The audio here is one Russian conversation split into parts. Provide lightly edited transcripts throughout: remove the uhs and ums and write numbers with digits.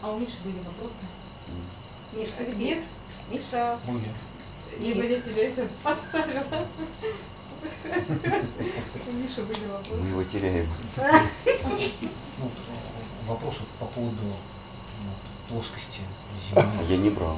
А у Миши были вопросы? Миша, где? Нет? Миша. Были. Либо я тебе это подставила. У Миши были вопросы. Мы его теряем. Ну, вопрос вот по поводу плоскости Земли. А я не брал.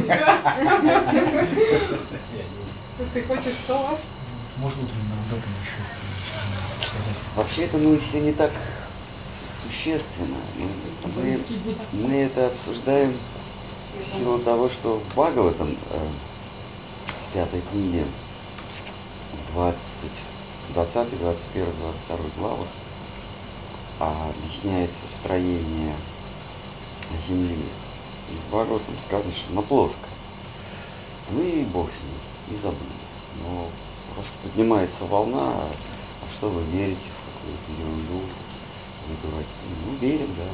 Ты хочешь что? Можно вот именно об этом еще сказать? Вообще это, ну, все не так существенно. Мы это обсуждаем в силу того, что в Бхагаватам, в 5 книге, 20, 21, 22 главах объясняется строение Земли. И в Бхагаватам сказано, что она плоская. Ну и бог с ним, и забыли. Но просто поднимается волна, а что вы верите, в какую-то ерунду, вы говорите, ну верим, да.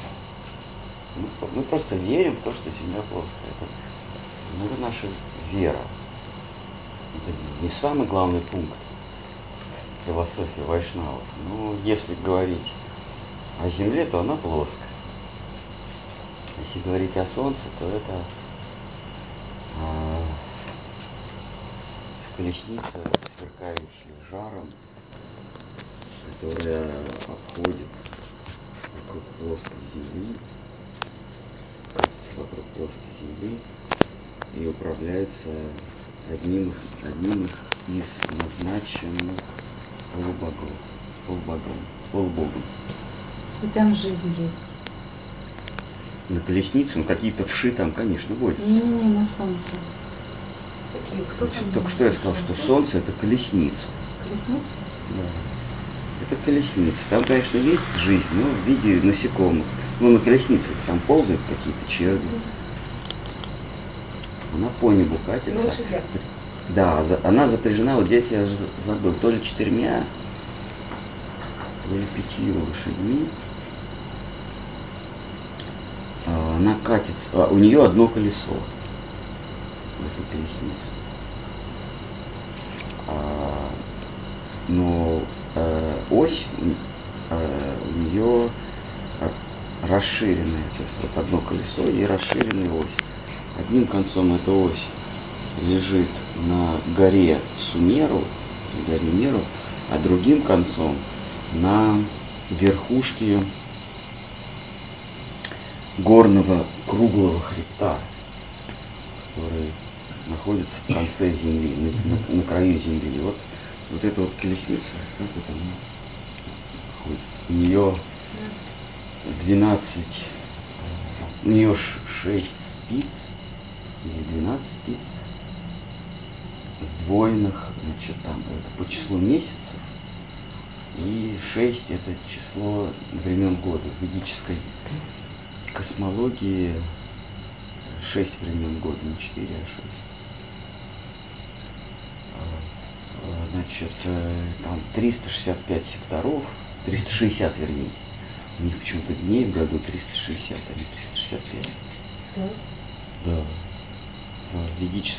Мы просто верим в то, что Земля плоская. Это наша вера. Это не самый главный пункт философии вайшнавов. Но если говорить о Земле, то она плоская. Если говорить о Солнце, то это колесница, сверкающая жаром, которая обходит вокруг плоской Земли, вокруг плоской Земли и управляется одним из назначенных полубогом. И там жизнь есть. На колеснице, ну какие-то вши там, конечно, водятся. Не, на солнце. Кто там? Только что я сказал, что Солнце это колесница. Колесница? Да. Это колесница. Там, конечно, есть жизнь, но в виде насекомых. Ну, на колеснице там ползают какие-то черви. Она по небу катится. Да, она запряжена, вот здесь я забыл, то ли 4, то ли 5 лошадьми. Она катится, у нее одно колесо в этой колеснице. Но ось у нее расширенная, то есть вот одно колесо и расширенная ось. Одним концом эта ось лежит на горе Сумеру, горе Меру, а другим концом на верхушке горного круглого хребта, который находится в конце Земли, на краю Земли. И вот эта вот колесница, так вот она ходит. У нее 12, у нее 6 спиц или 12 спиц сдвоенных, значит, там это по числу месяцев, и 6 это число времен года. В ведической космологии 6 времен года, не 4, а 6. Значит, там 365 секторов, 360 вернее. У них почему-то дней в году 360, а не 365. Да. Да. В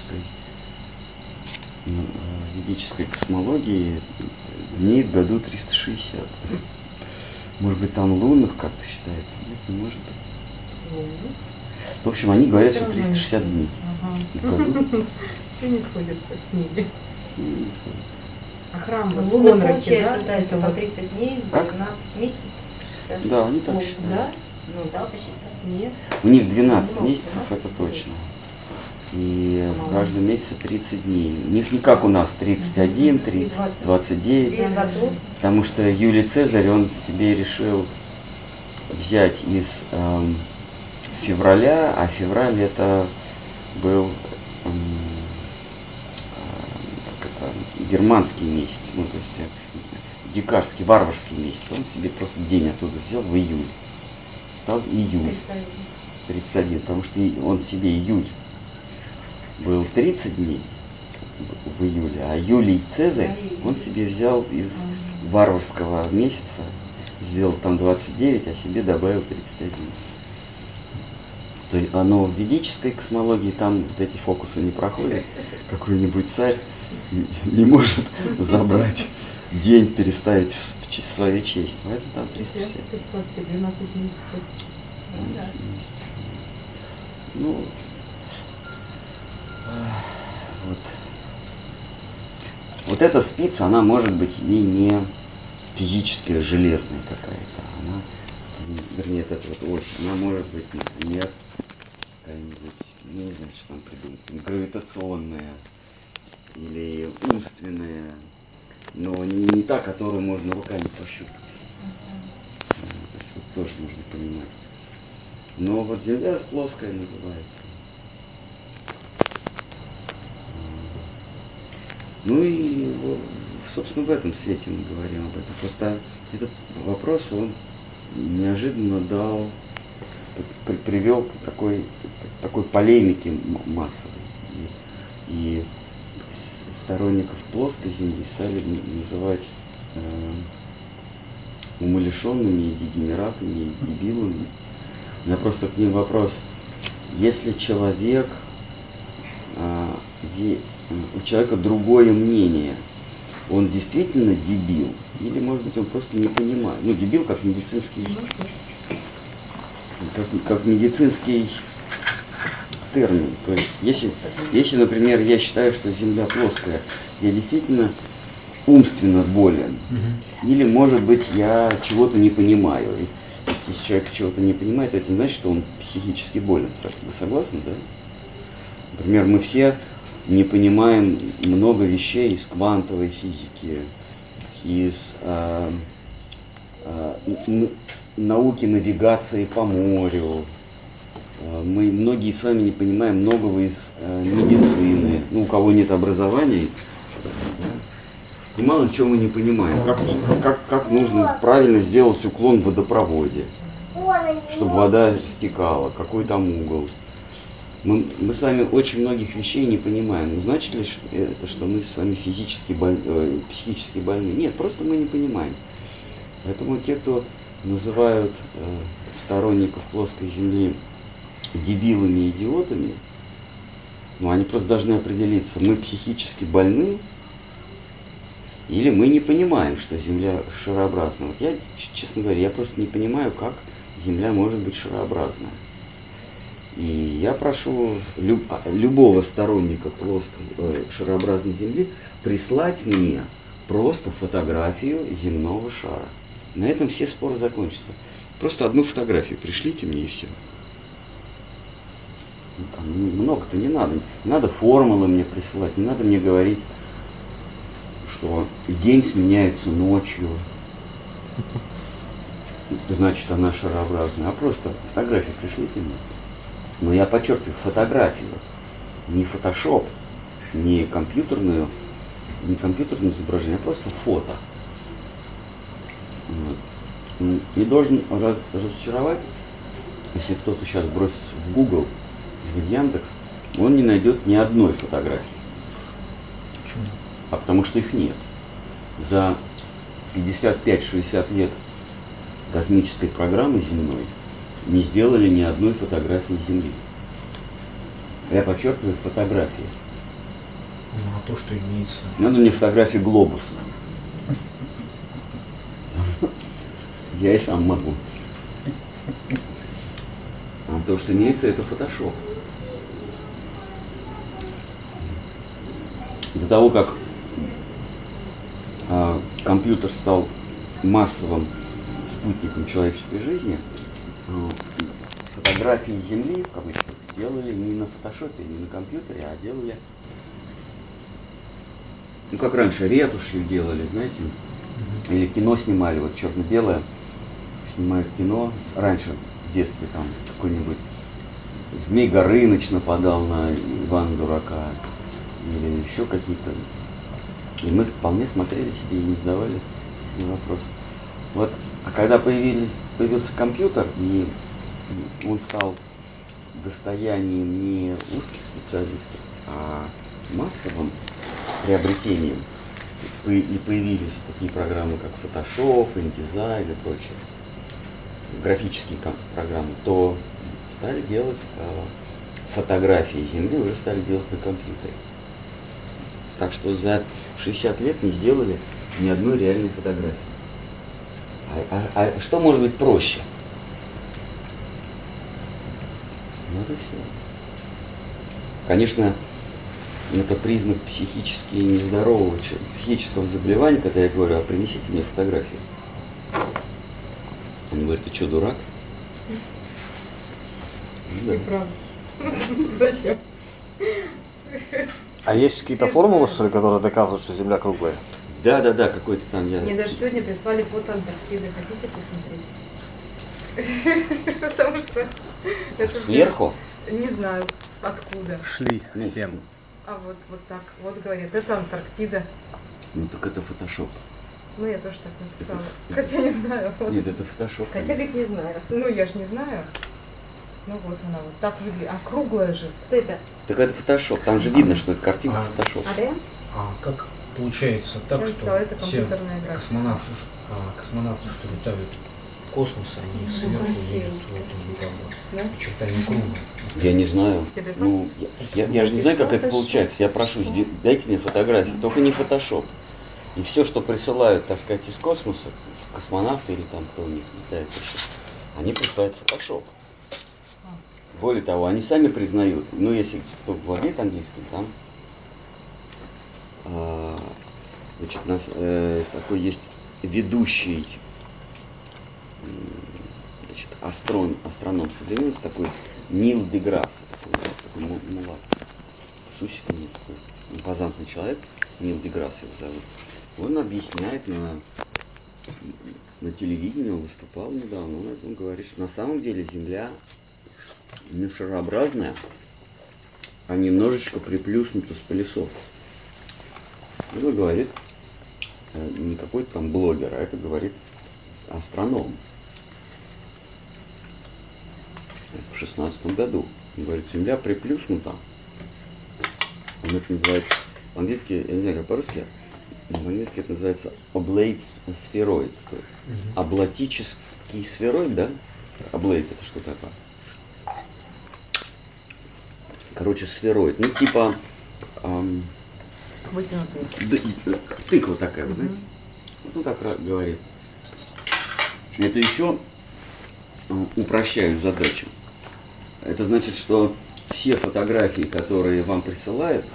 ведической космологии дней в году 360. Может быть, там лунных как-то считается? Нет, не может быть. В общем, они говорят, что 360 дней в году. Все не сходятся с ними. Не сходятся. А храм вот в Лунных Конраке, получается, да, если это по вот 30 дней, Как? 12 месяцев, 60. Да, они так считают. Да? Ну да, посчитай. Нет. У них 12 Ну, месяцев, 12 это точно. И в Мало. каждом месяце 30 дней. У них не как у нас 31, 30, 29. День 28. Потому что Юлий Цезарь, он себе решил взять из февраля, а февраль это был как это, германский месяц, ну то есть дикарский, варварский месяц. Он себе просто день оттуда взял в июль. Стал июль 31, потому что он себе июль был 30 дней в июле, а Юлий Цезарь он себе взял из варварского месяца, сделал там 29, а себе добавил 31. То есть оно в ведической космологии там вот эти фокусы не проходят. Какой-нибудь царь не может забрать день, переставить в числове честь. Поэтому там 360. 12 месяцев. 12 месяцев. Ну, вот. Вот эта спица, она может быть и не физически железная какая-то. Она, вернее, эта вот ось, она может быть, например, какая-нибудь, ну, не знаю, что там придумать, гравитационная или умственная, но не та, которую можно руками пощупать. То есть вот тоже нужно понимать. Но вот Земля плоская называется. Ну и, собственно, в этом свете мы говорим об этом. Просто этот вопрос, он неожиданно привел к такой полемике массовой. И сторонников плоской Земли стали называть умалишенными, и дегенератами, и дебилами. У меня просто к ним вопрос. Если у человека другое мнение, он действительно дебил? Или, может быть, он просто не понимает? Ну, дебил как медицинский, как медицинский термин. То есть, если, например, я считаю, что Земля плоская, я действительно умственно болен. Или, может быть, я чего-то не понимаю. Если человек чего-то не понимает, это не значит, что он психически болен. Вы согласны, да? Например, мы все не понимаем много вещей из квантовой физики, из науки навигации по морю. Мы многие с вами не понимаем многого из медицины. Ну, у кого нет образования, и мало чего мы не понимаем. Как нужно правильно сделать уклон в водопроводе, чтобы вода стекала, какой там угол. Мы с вами очень многих вещей не понимаем. Но значит ли это, что мы с вами психически больны? Нет, просто мы не понимаем. Поэтому те, кто называют сторонников плоской Земли дебилами и идиотами, ну, они просто должны определиться, мы психически больны или мы не понимаем, что Земля шарообразна. Вот я, честно говоря, я просто не понимаю, как Земля может быть шарообразная. И я прошу любого сторонника шарообразной Земли прислать мне просто фотографию земного шара. На этом все споры закончатся. Просто одну фотографию пришлите мне и все. Там много-то не надо. Не надо формулы мне присылать, не надо мне говорить, что день сменяется ночью. Значит, она шарообразная. А просто фотографию пришлите мне. Но я подчеркиваю, фотографию. Не фотошоп, не компьютерное изображение, а просто фото. Вот. Не должен разочаровать, если кто-то сейчас бросится в Google или в Яндекс, он не найдет ни одной фотографии. Почему? А потому что их нет. За 55-60 лет космической программы земной не сделали ни одной фотографии Земли. Я подчеркиваю, фотографии. Ну, а то, что имеется. Надо мне фотографии глобусов. Я и сам могу. А то, что имеется, это фотошоп. До того, как компьютер стал массовым спутником человеческой жизни, фотографии Земли, в кавычках, делали не на фотошопе, не на компьютере, а делали, ну как раньше, ретушью делали, знаете, или кино снимали, вот черно-белое, снимают кино, раньше в детстве там какой-нибудь Змей Горыныч нападал на Ивана Дурака, или еще какие-то, и мы вполне смотрели себе и не задавали себе вопрос. Вот, а когда появился компьютер, и он стал достоянием не узких специалистов, а массовым приобретением, и появились такие программы, как Photoshop, InDesign и прочее, графические программы, то стали делать фотографии Земли, уже стали делать на компьютере. Так что за 60 лет не сделали ни одной реальной фотографии. А что может быть проще? Вот и все. Конечно, это признак психически нездорового психического заболевания, когда я говорю, а принесите мне фотографию. Они говорят, ты что, дурак? Ну, да. Неправда. Зачем? А есть какие-то Все формулы, знают. что ли, которые доказывают, что Земля круглая? Да, какой-то там я... Мне даже сегодня прислали фото Антарктиды. Хотите посмотреть? Потому что это прям- Сверху? Не знаю откуда. Шли Ну, всем. А вот так. Вот говорят, это Антарктида. Ну так это фотошоп. Ну я тоже так написала. Хотя не знаю. Вот. Нет, это фотошоп. Хотя ведь не знаю. Ну я ж не знаю. Ну вот она вот так выглядит. А круглая же. Кто это? Так это фотошоп. Там же видно, что это картинка фотошоп. А, да? А как получается так, Я что написала, это все компьютерная графика. космонавты, что летают в космос, они сверху красиво, видят вот он как бы Да? очертания круга. Я не знаю. Тебе Ну, я же не знаю, как это получается. Я прошу, дайте мне фотографию, только не фотошоп. И все, что присылают, так сказать, из космоса, космонавты или там кто у них летает еще, они присылают фотошоп. Более того, они сами признают, ну, если кто владеет английским, там, значит, такой есть ведущий, значит, астроном современности, такой Нил Деграсс, такой мулат, с усиками, такой импозантный человек, Нил Деграсс его зовут. Он объясняет на телевидении, он выступал недавно, он говорит, что на самом деле Земля не шарообразная, а немножечко приплюснута с полюсов. Это говорит не какой-то там блогер, а это говорит астроном. В 16 году. Он говорит, Земля приплюснута. Он это называет, по-английски, я не знаю, как по-русски, по-английски это называется oblate spheroid. Облатический сфероид, да? Oblate это что такое? Короче, сфероид. Ну, типа Вытянутые. тыква такая, вы знаете? Вот он так говорит. Это еще упрощают задачу. Это значит, что все фотографии, которые вам присылают,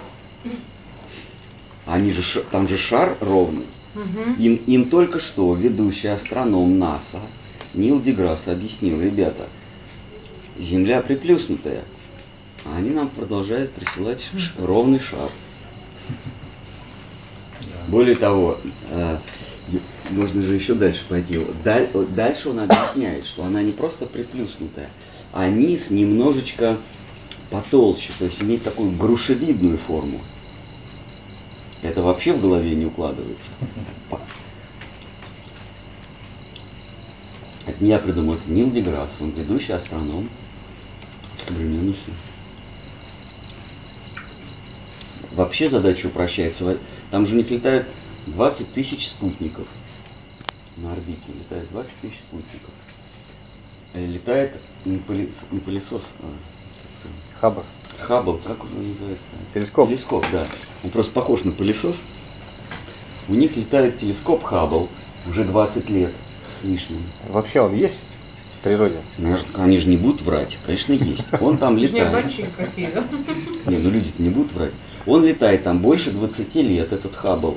они же, там же шар ровный. Им только что ведущий астроном НАСА Нил Деграсс объяснил, ребята, Земля приплюснутая, а они нам продолжают присылать ровный шар. Более того, можно же еще дальше пойти. Дальше он объясняет, что она не просто приплюснутая, а низ немножечко потолще, то есть имеет такую грушевидную форму. Это вообще в голове не укладывается. Это не я придумал, это Нил Деграсс, он ведущий астроном современности. Вообще задача упрощается. Там же у них летает 20 тысяч спутников. На орбите летает 20 тысяч спутников. Летает не пылесос, Хаббл. Хаббл, как он называется? Телескоп. Телескоп, да. Он просто похож на пылесос. У них летает телескоп Хаббл уже 20 лет с лишним. Вообще он есть в природе? Они же не будут врать, конечно, есть. Он там Не летает. обманщики какие, да? Не, ну люди-то не будут врать. Он летает там больше 20 лет, этот Хаббл.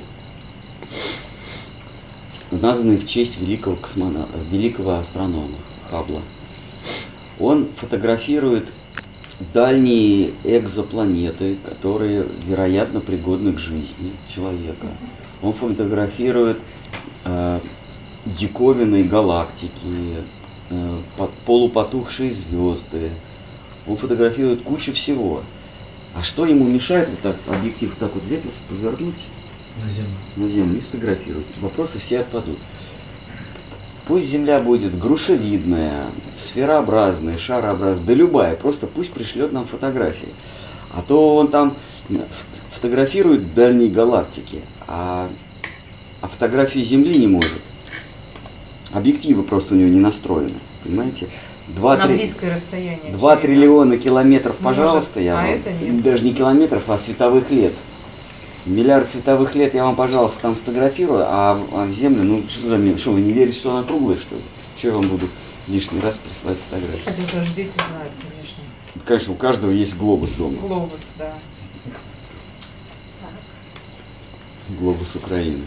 Названный в честь великого астронома Хаббла. Он фотографирует дальние экзопланеты, которые, вероятно, пригодны к жизни человека. Он фотографирует диковинные галактики, полупотухшие звезды. Он фотографирует кучу всего. А что ему мешает вот так объектив вот так вот взять, вот повернуть На Землю. на Землю и сфотографировать? Вопросы все отпадут. Пусть Земля будет грушевидная, сферообразная, шарообразная, да любая, просто пусть пришлет нам фотографии. А то он там фотографирует дальние галактики, а фотографии Земли не может. Объективы просто у него не настроены, понимаете? На близкое расстояние. 2 триллиона километров, Может, пожалуйста, я а вам. это нет. Даже не километров, а световых лет. Миллиард световых лет я вам, пожалуйста, там сфотографирую, а Землю, ну что за что, вы не верите, что она круглая, что ли? Что я вам буду лишний раз присылать фотографии. Хотя тоже дети знают, конечно. Конечно, у каждого есть глобус дома. Глобус, да. Глобус Украины.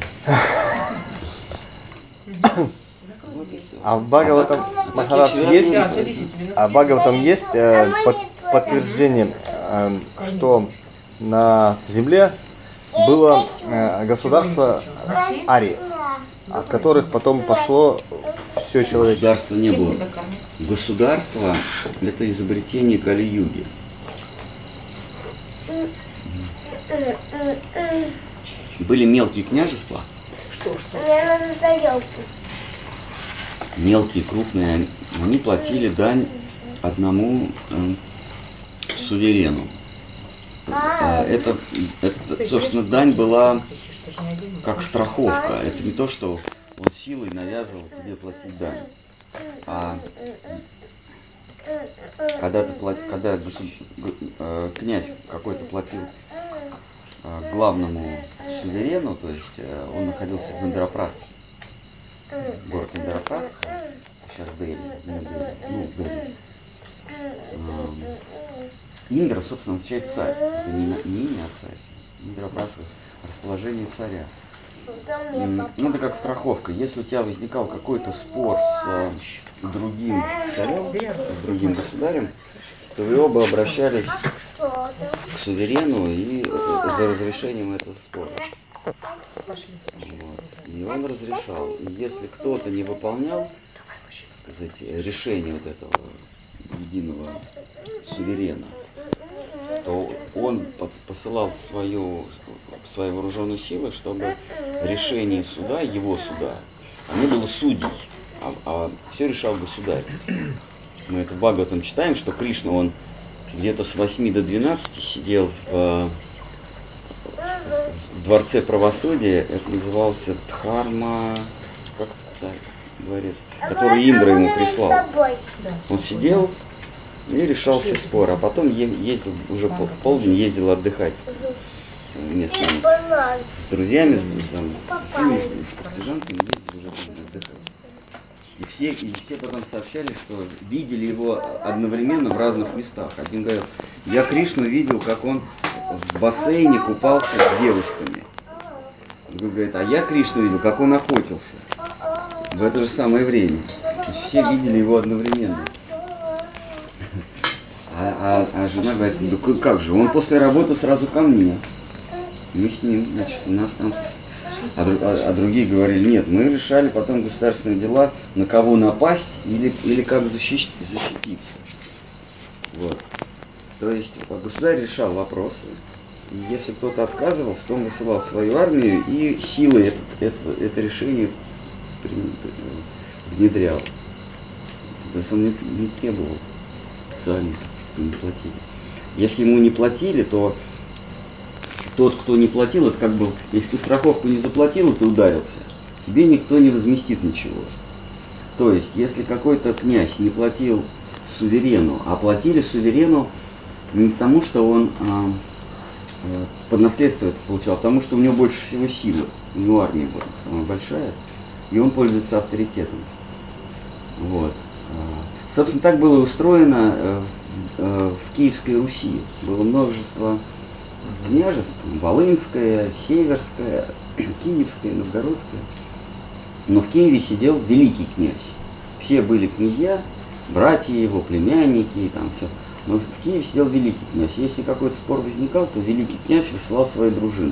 Вот и все. А в Бхагаватам, Махарадж, есть, а в Бхагаватам есть подтверждение, что на земле было государство Ари, от которых потом пошло все человечество. Государства не было. Государство – это изобретение Кали-юги. Были мелкие княжества. Мелкие, крупные, они платили дань одному суверену. Это, собственно, дань была как страховка. Это не то, что он силой навязывал тебе платить дань. А когда князь какой-то платил главному суверену, то есть он находился в Индропрастхе, город Индропрастха, сейчас Дели, Дели. Индра, собственно, означает царь. Это не имя, а царь. Индропрастха – расположение царя. Ну, это как страховка. Если у тебя возникал какой-то спор с другим царем, с другим государем, то вы оба обращались к суверену и за разрешением этого спора. Вот. И он разрешал. И если кто-то не выполнял, так сказать, решение вот этого единого суверена, то он посылал свои вооруженные силы, чтобы решение суда, его суда, не было судей, а все решал государь. Мы это в Бхагаватам читаем, что Кришна, он где-то с 8 до 12 сидел в дворце правосудия, это назывался Дхарма, как дворец, который Индра ему прислал. Он сидел и решал все споры, а потом ездил, уже полдень ездил отдыхать с местными, с друзьями, с партизанками, ездил уже отдыхать. И все потом сообщали, что видели его одновременно в разных местах. Один говорил, я Кришну видел, как он в бассейне купался с девушками. Другой говорит, а я Кришну видел, как он охотился в это же самое время. И все видели его одновременно. А жена говорит, ну как же, он после работы сразу ко мне. Мы с ним, значит, у нас там... А другие говорили, нет, мы решали потом государственные дела, на кого напасть или как защититься. Вот. То есть государь решал вопросы, и если кто-то отказывался, то он высылал свою армию и силой это решение внедрял. То есть он не требовал специально, ему платили. Если ему не платили, то тот, кто не платил, это как бы, если ты страховку не заплатил, и ты ударился, тебе никто не возместит ничего. То есть, если какой-то князь не платил суверену, а платили суверену не потому, что он по наследству это получал, а потому что у него больше всего силы, у него армия была самая большая, и он пользуется авторитетом. Вот. Собственно, так было устроено в Киевской Руси. Было множество княжеств, Волынское, Северское, Киевское, Новгородское. Но в Киеве сидел великий князь. Все были князья, братья его, племянники и там все. Но в Киеве сидел великий князь. Если какой-то спор возникал, то великий князь высылал свои дружины.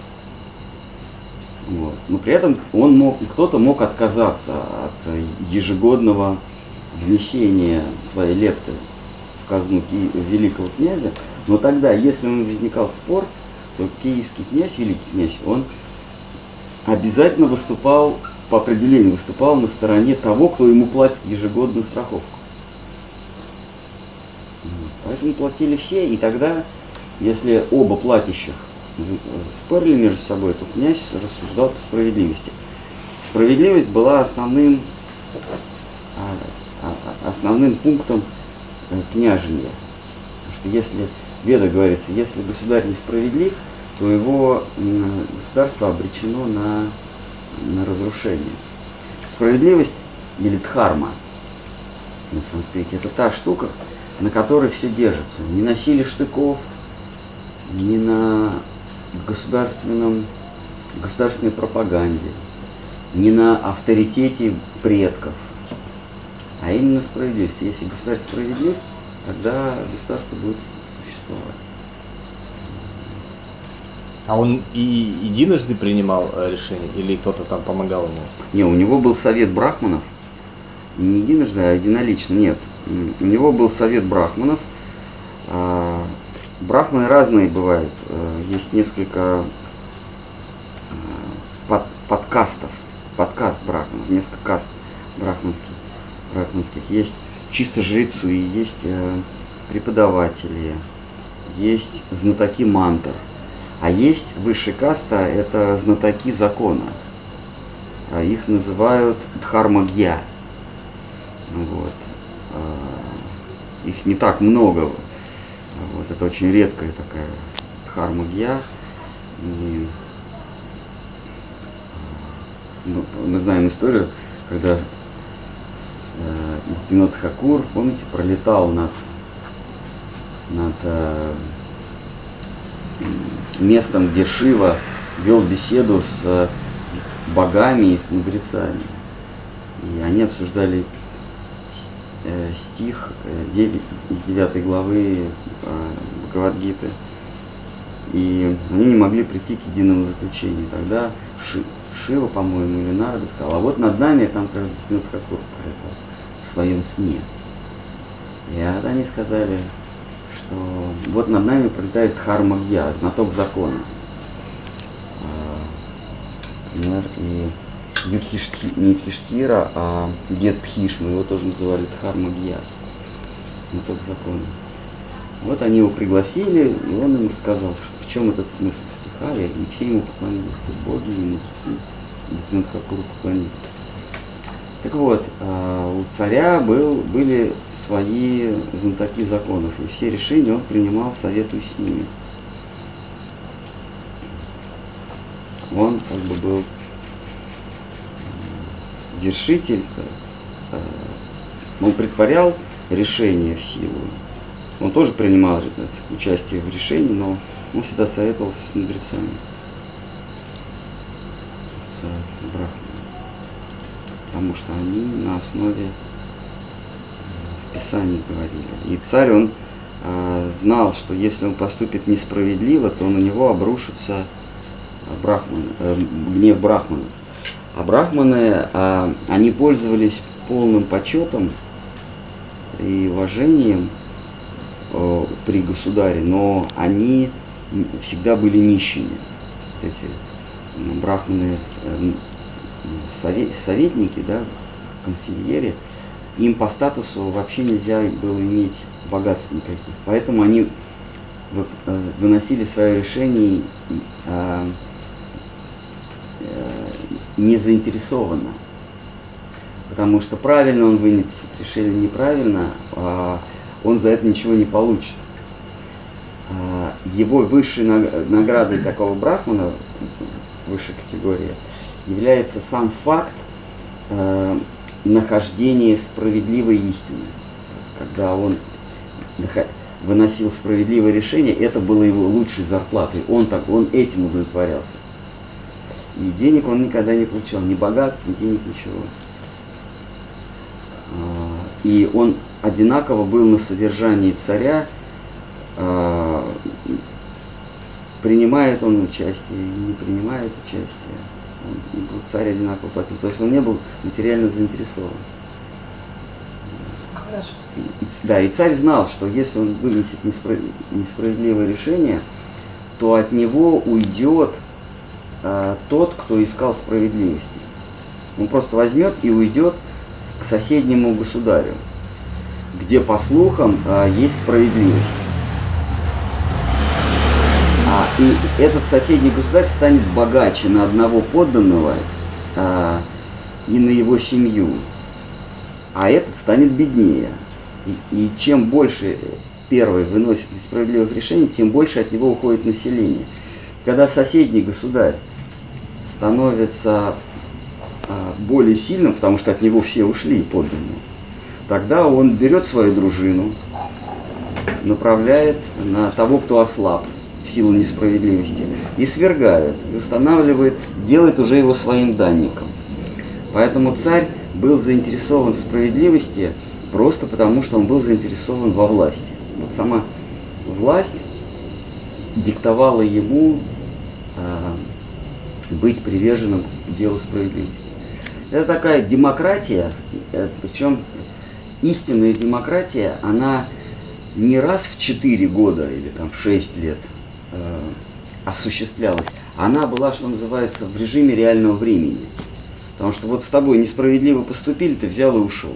Вот. Но при этом кто-то мог отказаться от ежегодного внесения своей лепты в казну великого князя. Но тогда, если возникал спор, то киевский князь, великий князь, он обязательно выступал, по определению выступал на стороне того, кто ему платит ежегодную страховку. Поэтому платили все, и тогда, если оба платящих спорили между собой, то князь рассуждал по справедливости. Справедливость была основным пунктом княжения. Потому что если в Ведах говорится, если государь несправедлив, то его государство обречено на разрушение. Справедливость или дхарма на санскрите. Это та штука, на которой все держится. Не на силе штыков, не на государственной пропаганде, не на авторитете предков, а именно справедливость. Если государство справедлив, тогда государство будет существовать. А он и единожды принимал решение, или кто-то там помогал ему? Не, у него был совет брахманов, и не единожды, а единолично, нет. У него был совет брахманов. Брахманы разные бывают. Есть несколько подкастов, подкаст брахманов, несколько каст брахманских. Есть чисто жрецы, есть преподаватели, есть знатоки мантр. А есть высшая каста, это знатоки закона. Их называют дхармагья. Вот. Их не так много. Вот. Это очень редкая такая дхармагья. И мы знаем историю, когда Бхактивинода Тхакур, помните, пролетал над местом, где Шива вел беседу с богами и с мудрецами. И они обсуждали стих 9, из 9 главы Бхагавад-гиты. И они не могли прийти к единому заключению. Тогда Шива, по-моему, или Нарада сказал, а вот над нами там как раз Бхактивинода Тхакур пролетал в своем сне. И они сказали, что вот над нами пролетает Дхармагья, знаток закона. Например, и не Юдхиштхира, а дед Бхишма, его тоже называли Дхармагья, знаток закона. Вот они его пригласили, и он им рассказал, в чем этот смысл стиха, и все ему поклонились, и боги, и мудрецы, Бхактивинода Тхакуру поклонились. Так вот, у царя были свои знатоки законов, и все решения он принимал, советуясь с ними. Он как бы был вершитель, он претворял решения в силу. Он тоже принимал участие в решении, но он всегда советовался с мудрецами, с брахманами, потому что они на основе Писаний говорили. И царь, он знал, что если он поступит несправедливо, то на него обрушится гнев брахманов. А брахманы, они пользовались полным почетом и уважением при государе, но они всегда были нищими. Эти брахманы, советники, да, консильери, им по статусу вообще нельзя было иметь богатств никаких. Поэтому они выносили свое решение не заинтересованно. Потому что правильно он вынесет решение, неправильно, он за это ничего не получит. Его высшей наградой такого брахмана, высшей категории, является сам факт нахождения справедливой истины. Когда он выносил справедливое решение, это было его лучшей зарплатой. Он этим удовлетворялся. И денег он никогда не получал, ни богатств, ни денег, ничего. И он одинаково был на содержании царя, принимает он участие и не принимает участие. Царь одинаково платил. То есть он не был материально заинтересован. Хорошо. И царь знал, что если он вынесет несправедливое решение, то от него уйдет тот, кто искал справедливости. Он просто возьмет и уйдет к соседнему государю, где, по слухам, есть справедливость. И этот соседний государь станет богаче на одного подданного и на его семью, а этот станет беднее. И чем больше первый выносит несправедливых решений, тем больше от него уходит население. Когда соседний государь становится более сильным, потому что от него все ушли подданные, тогда он берет свою дружину, направляет на того, кто ослаб в силу несправедливости, и свергает, и устанавливает, делает уже его своим данником. Поэтому царь был заинтересован в справедливости просто потому, что он был заинтересован во власти. Вот сама власть диктовала ему быть приверженным к делу справедливости. Это такая демократия, причем истинная демократия, она не раз в 4 года или там в 6 лет осуществлялась, она была, что называется, в режиме реального времени. Потому что вот с тобой несправедливо поступили, ты взял и ушел.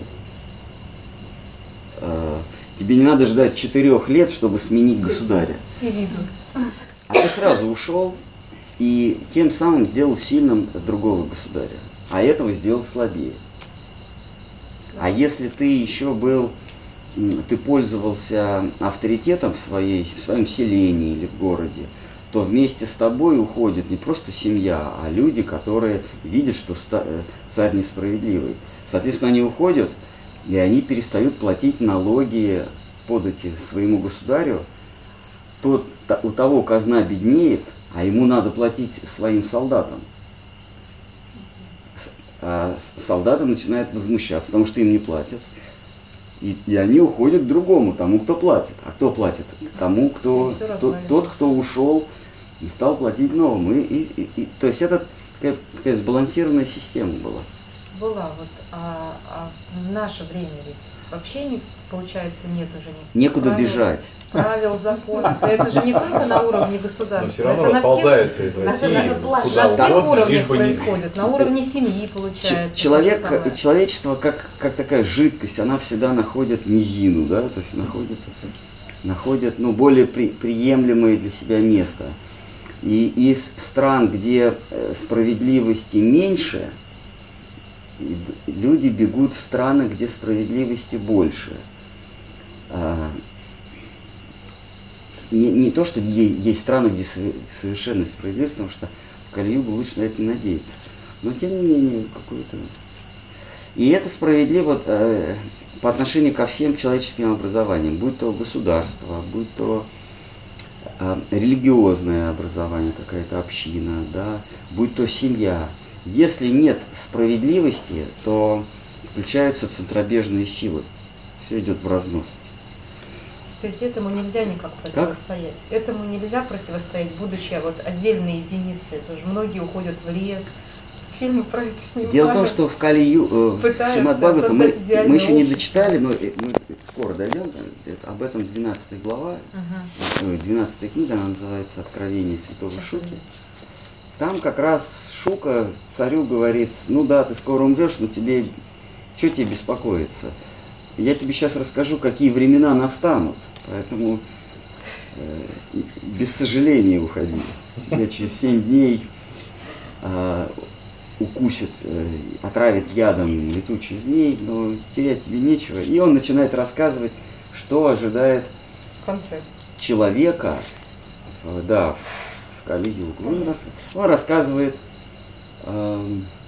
Тебе не надо ждать 4 лет, чтобы сменить государя. И визу. А ты сразу ушел и тем самым сделал сильным другого государя. А этого сделал слабее. А если ты еще ты пользовался авторитетом в своем селении или в городе, то вместе с тобой уходит не просто семья, а люди, которые видят, что царь несправедливый. Соответственно, они уходят, и они перестают платить налоги, подати своему государю. У того казна беднеет, а ему надо платить своим солдатам. А солдаты начинают возмущаться, потому что им не платят. И они уходят к другому, тому, кто платит. А кто платит? Тому, тот, кто ушел и стал платить новому. То есть это такая сбалансированная система была. Была. А в наше время ведь вообще получается, нет уже никаких некуда правил, бежать. Правил, законов. Это же не только на уровне государства. Но все равно это расползается из России, куда на всех угодно, уровнях лишь бы не... происходит. На уровне семьи получается. Человечество как такая жидкость, она всегда находит низину, да, то есть находит более приемлемое для себя место. И из стран, где справедливости меньше, люди бегут в страны, где справедливости больше. Не то, что есть страны, где совершенно справедливость, потому что в Кали-югу лучше на это не надеяться. Но тем не менее, какое-то... И это справедливо по отношению ко всем человеческим образованиям, будь то государство, будь то религиозное образование, какая-то община, да, будь то семья. Если нет справедливости, то включаются центробежные силы. Все идет в разнос. То есть этому нельзя никак противостоять. Этому нельзя противостоять, будучи отдельной единицей. Тоже многие уходят в лес, фильмы про это снимают. Дело в том, что в Шримад Бхагаватам мы еще не дочитали, но мы скоро дойдем, об этом 12 глава, 12 книга, она называется «Откровение святого Шуки». Там как раз Шука царю говорит: ну да, ты скоро умрешь, но что тебе беспокоиться? Я тебе сейчас расскажу, какие времена настанут, поэтому без сожаления уходи. Тебя через 7 дней укусит, отравит ядом летучий змей, но терять тебе нечего. И он начинает рассказывать, что ожидает человека, в Кали-югу. Он рассказывает о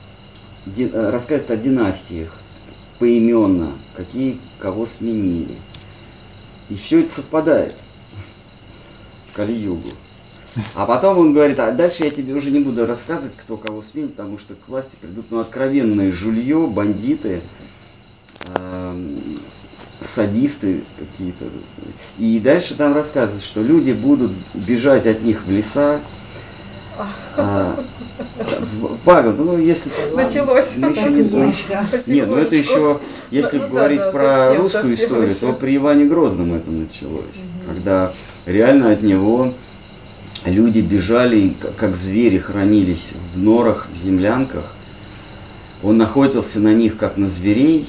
династиях поименно, какие кого сменили. И все это совпадает в Кали-югу. А потом он говорит: а дальше я тебе уже не буду рассказывать, кто кого сменит, потому что к власти придут откровенные жулье, бандиты, садисты какие-то. И дальше там рассказывается, что люди будут бежать от них в леса. Бхагават, если... Началось. Нет, это еще, если говорить про русскую историю, то при Иване Грозном это началось. Когда реально от него люди бежали, как звери, хранились в норах, в землянках. Он охотился на них, как на зверей.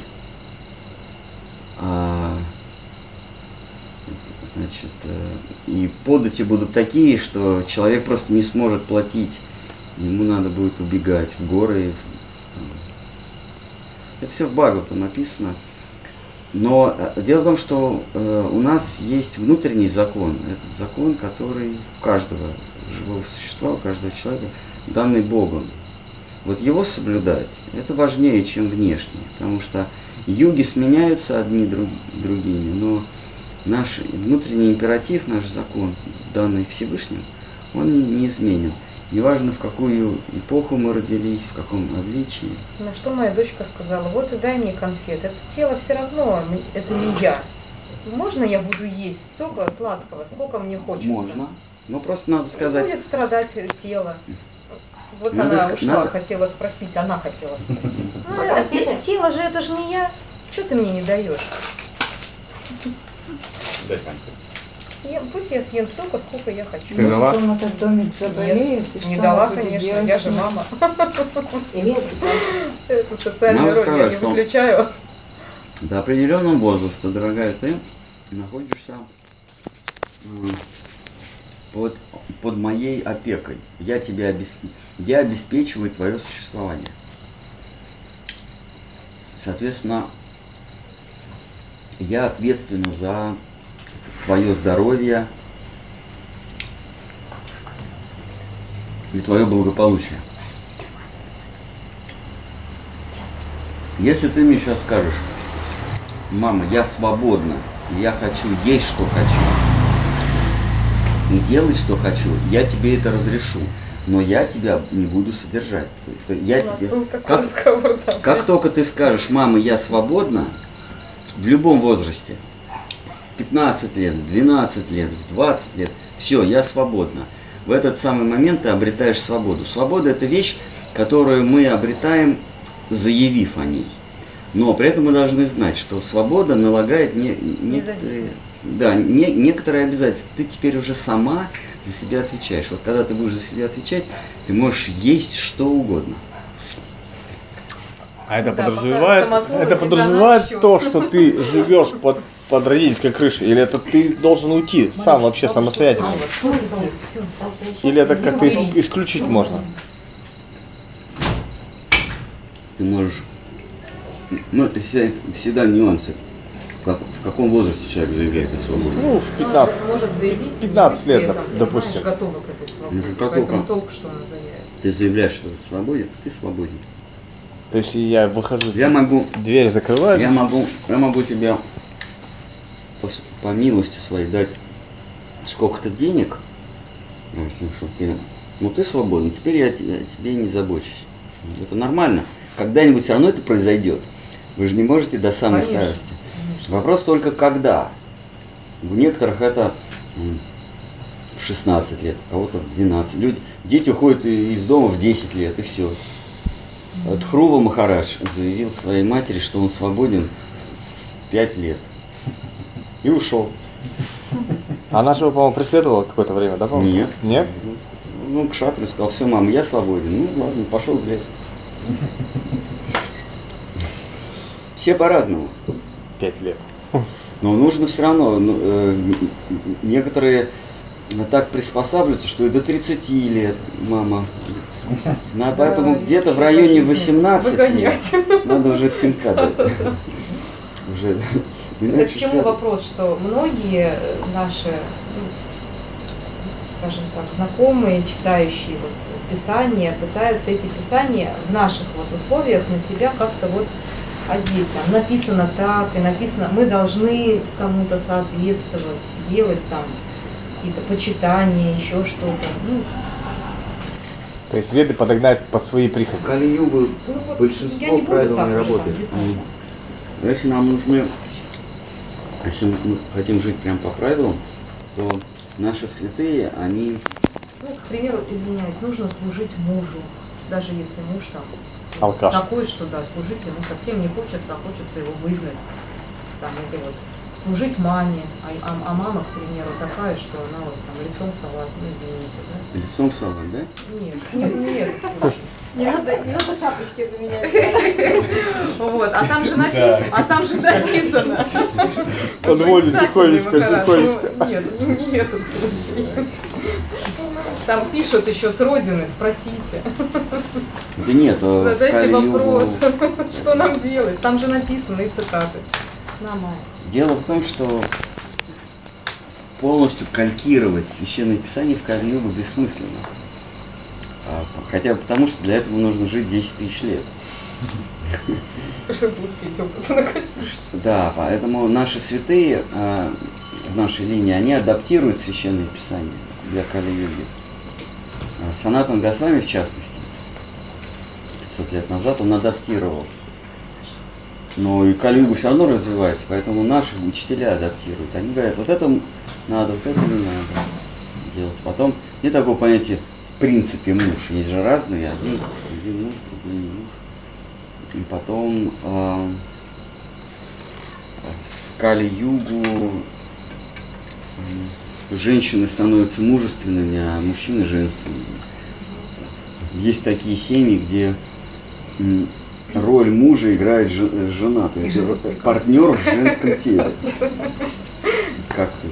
И подати будут такие, что человек просто не сможет платить. Ему надо будет убегать в горы. Это все в Бхагаватам написано. Но дело в том, что у нас есть внутренний закон. Этот закон, который у каждого живого существа, у каждого человека, данный Богом. Вот его соблюдать, это важнее, чем внешнее, потому что юги сменяются одни другими, но наш внутренний императив, наш закон, данный Всевышним, он неизменен. Неважно, в какую эпоху мы родились, в каком обличии. На что моя дочка сказала: вот и дай мне конфет. Это тело все равно, это не я. Можно я буду есть столько сладкого, сколько мне хочется? Можно. Но просто надо сказать... И будет страдать тело. Вот надо она ушла, надо... хотела спросить, она хотела спросить. Ну, тело же, это же не я. Что ты мне не даешь? Дай конфет. Пусть я съем столько, сколько я хочу. Ты дала? Может, он этот домик заболеет, и Не что дала, она будет конечно, делать я с же ним? мама. Нет, Эту социальную Надо роль я сказать, не что- выключаю. До определенного возраста, дорогая, ты находишься под моей опекой. Я обеспечиваю твое существование. Соответственно, я ответственна за твое здоровье и твое благополучие. Если ты мне сейчас скажешь: мама, я свободна, я хочу есть, что хочу, и делать, что хочу, я тебе это разрешу, но я тебя не буду содержать. То есть я У нас тебе... был такой разговор, да. Как только ты скажешь: мама, я свободна, в любом возрасте, 15 лет, 12 лет, 20 лет, все, я свободна. В этот самый момент ты обретаешь свободу. Свобода – это вещь, которую мы обретаем, заявив о ней. Но при этом мы должны знать, что свобода налагает некоторые обязательства. Ты теперь уже сама за себя отвечаешь. Вот когда ты будешь за себя отвечать, ты можешь есть что угодно. А это Да, подразумевает, пока стоматолог это не подразумевает заносчив. то, что ты живешь под родительской крышей, или это ты должен уйти сам вообще самостоятельно? Или это как-то исключить можно? Ты можешь... Ну, это всегда нюансы. В каком возрасте человек заявляет о свободе? Ну, в 15, Он может заявить, 15 не быть лет, при этом, допустим. понимаешь, готова к этой свободе. Ну, готова. Поэтому толк, что он заявит. Ты заявляешь о свободе, ты свободен. То есть я выхожу, Я могу дверь закрываю. Я могу тебе по милости своей дать сколько-то денег, чтобы ты, ну ты свободен, теперь я тебе не забочусь. Это нормально. Когда-нибудь все равно это произойдет. Вы же не можете до самой Конечно, старости. конечно. Вопрос только когда. У некоторых это в 16 лет, у кого-то в 12. Дети уходят из дома в 10 лет, и все. Вот Хрува Махарадж заявил своей матери, что он свободен 5 лет. И ушел. Она же его, по-моему, преследовала какое-то время, да, по-моему? Нет. Нет? Ну, к шатру сказал: все, мама, я свободен. Ну, ладно, пошел в лес. Все по-разному. 5 лет. Но нужно все равно, некоторые так приспосабливаются, что и до 30 лет, мама. Ну, а поэтому Да, где-то в вообще районе по жизни 18 выгонять. надо уже пинка дать. Уже. Это к чему вопрос, что многие наши, скажем так, знакомые, читающие вот писания, пытаются эти писания в наших вот условиях на себя как-то вот одеть. Там написано так, и написано, мы должны кому-то соответствовать, делать там какие-то почитания, еще что-то. Ну, То есть веды подогнать под свои прихоти. Кали-югу ну вот я большинство не буду правил так не уже там работает. детально. Если нам нужны, если мы хотим жить прям по правилам, то наши святые, они... Ну, к примеру, извиняюсь, нужно служить мужу, даже если муж там Алкаш. такой, что да, служить ему совсем не хочется, а хочется его выгнать. Там, или вот служить маме, а мама, к примеру, такая, что она вот там лицом в салат, ну извините, да? Лицом в салат, да? Нет, не этот случай. не надо шапочки поменять. Вот, а там же написано. Подводит Проницательный тихонечко, Махарадж. тихонечко. Ну, нет, не этот случай. Там пишут еще с родины, спросите. Да нет, в Задайте Кали-югу... вопрос, что нам делать. Там же написано и цитаты. На, мама. Дело в том, что полностью калькировать Священное Писание в Кали-югу бессмысленно. Хотя бы потому, что для этого нужно жить 10 тысяч лет. Чтобы успеть опыт накопить. Да, поэтому наши святые в нашей линии, они адаптируют священные писания для Кали-юги. Санатан Госвами, в частности, 500 лет назад, он адаптировал. Но и Кали-юга все равно развивается, поэтому наши учителя адаптируют. Они говорят, вот это надо, вот это не надо делать. Потом нет такого понятия в принципе муж. Есть же разные, один муж, другой не муж. И потом в Кали-югу женщины становятся мужественными, а мужчины женственными. Есть такие семьи, где роль мужа играет жена, то есть партнер в женском теле. Как тут?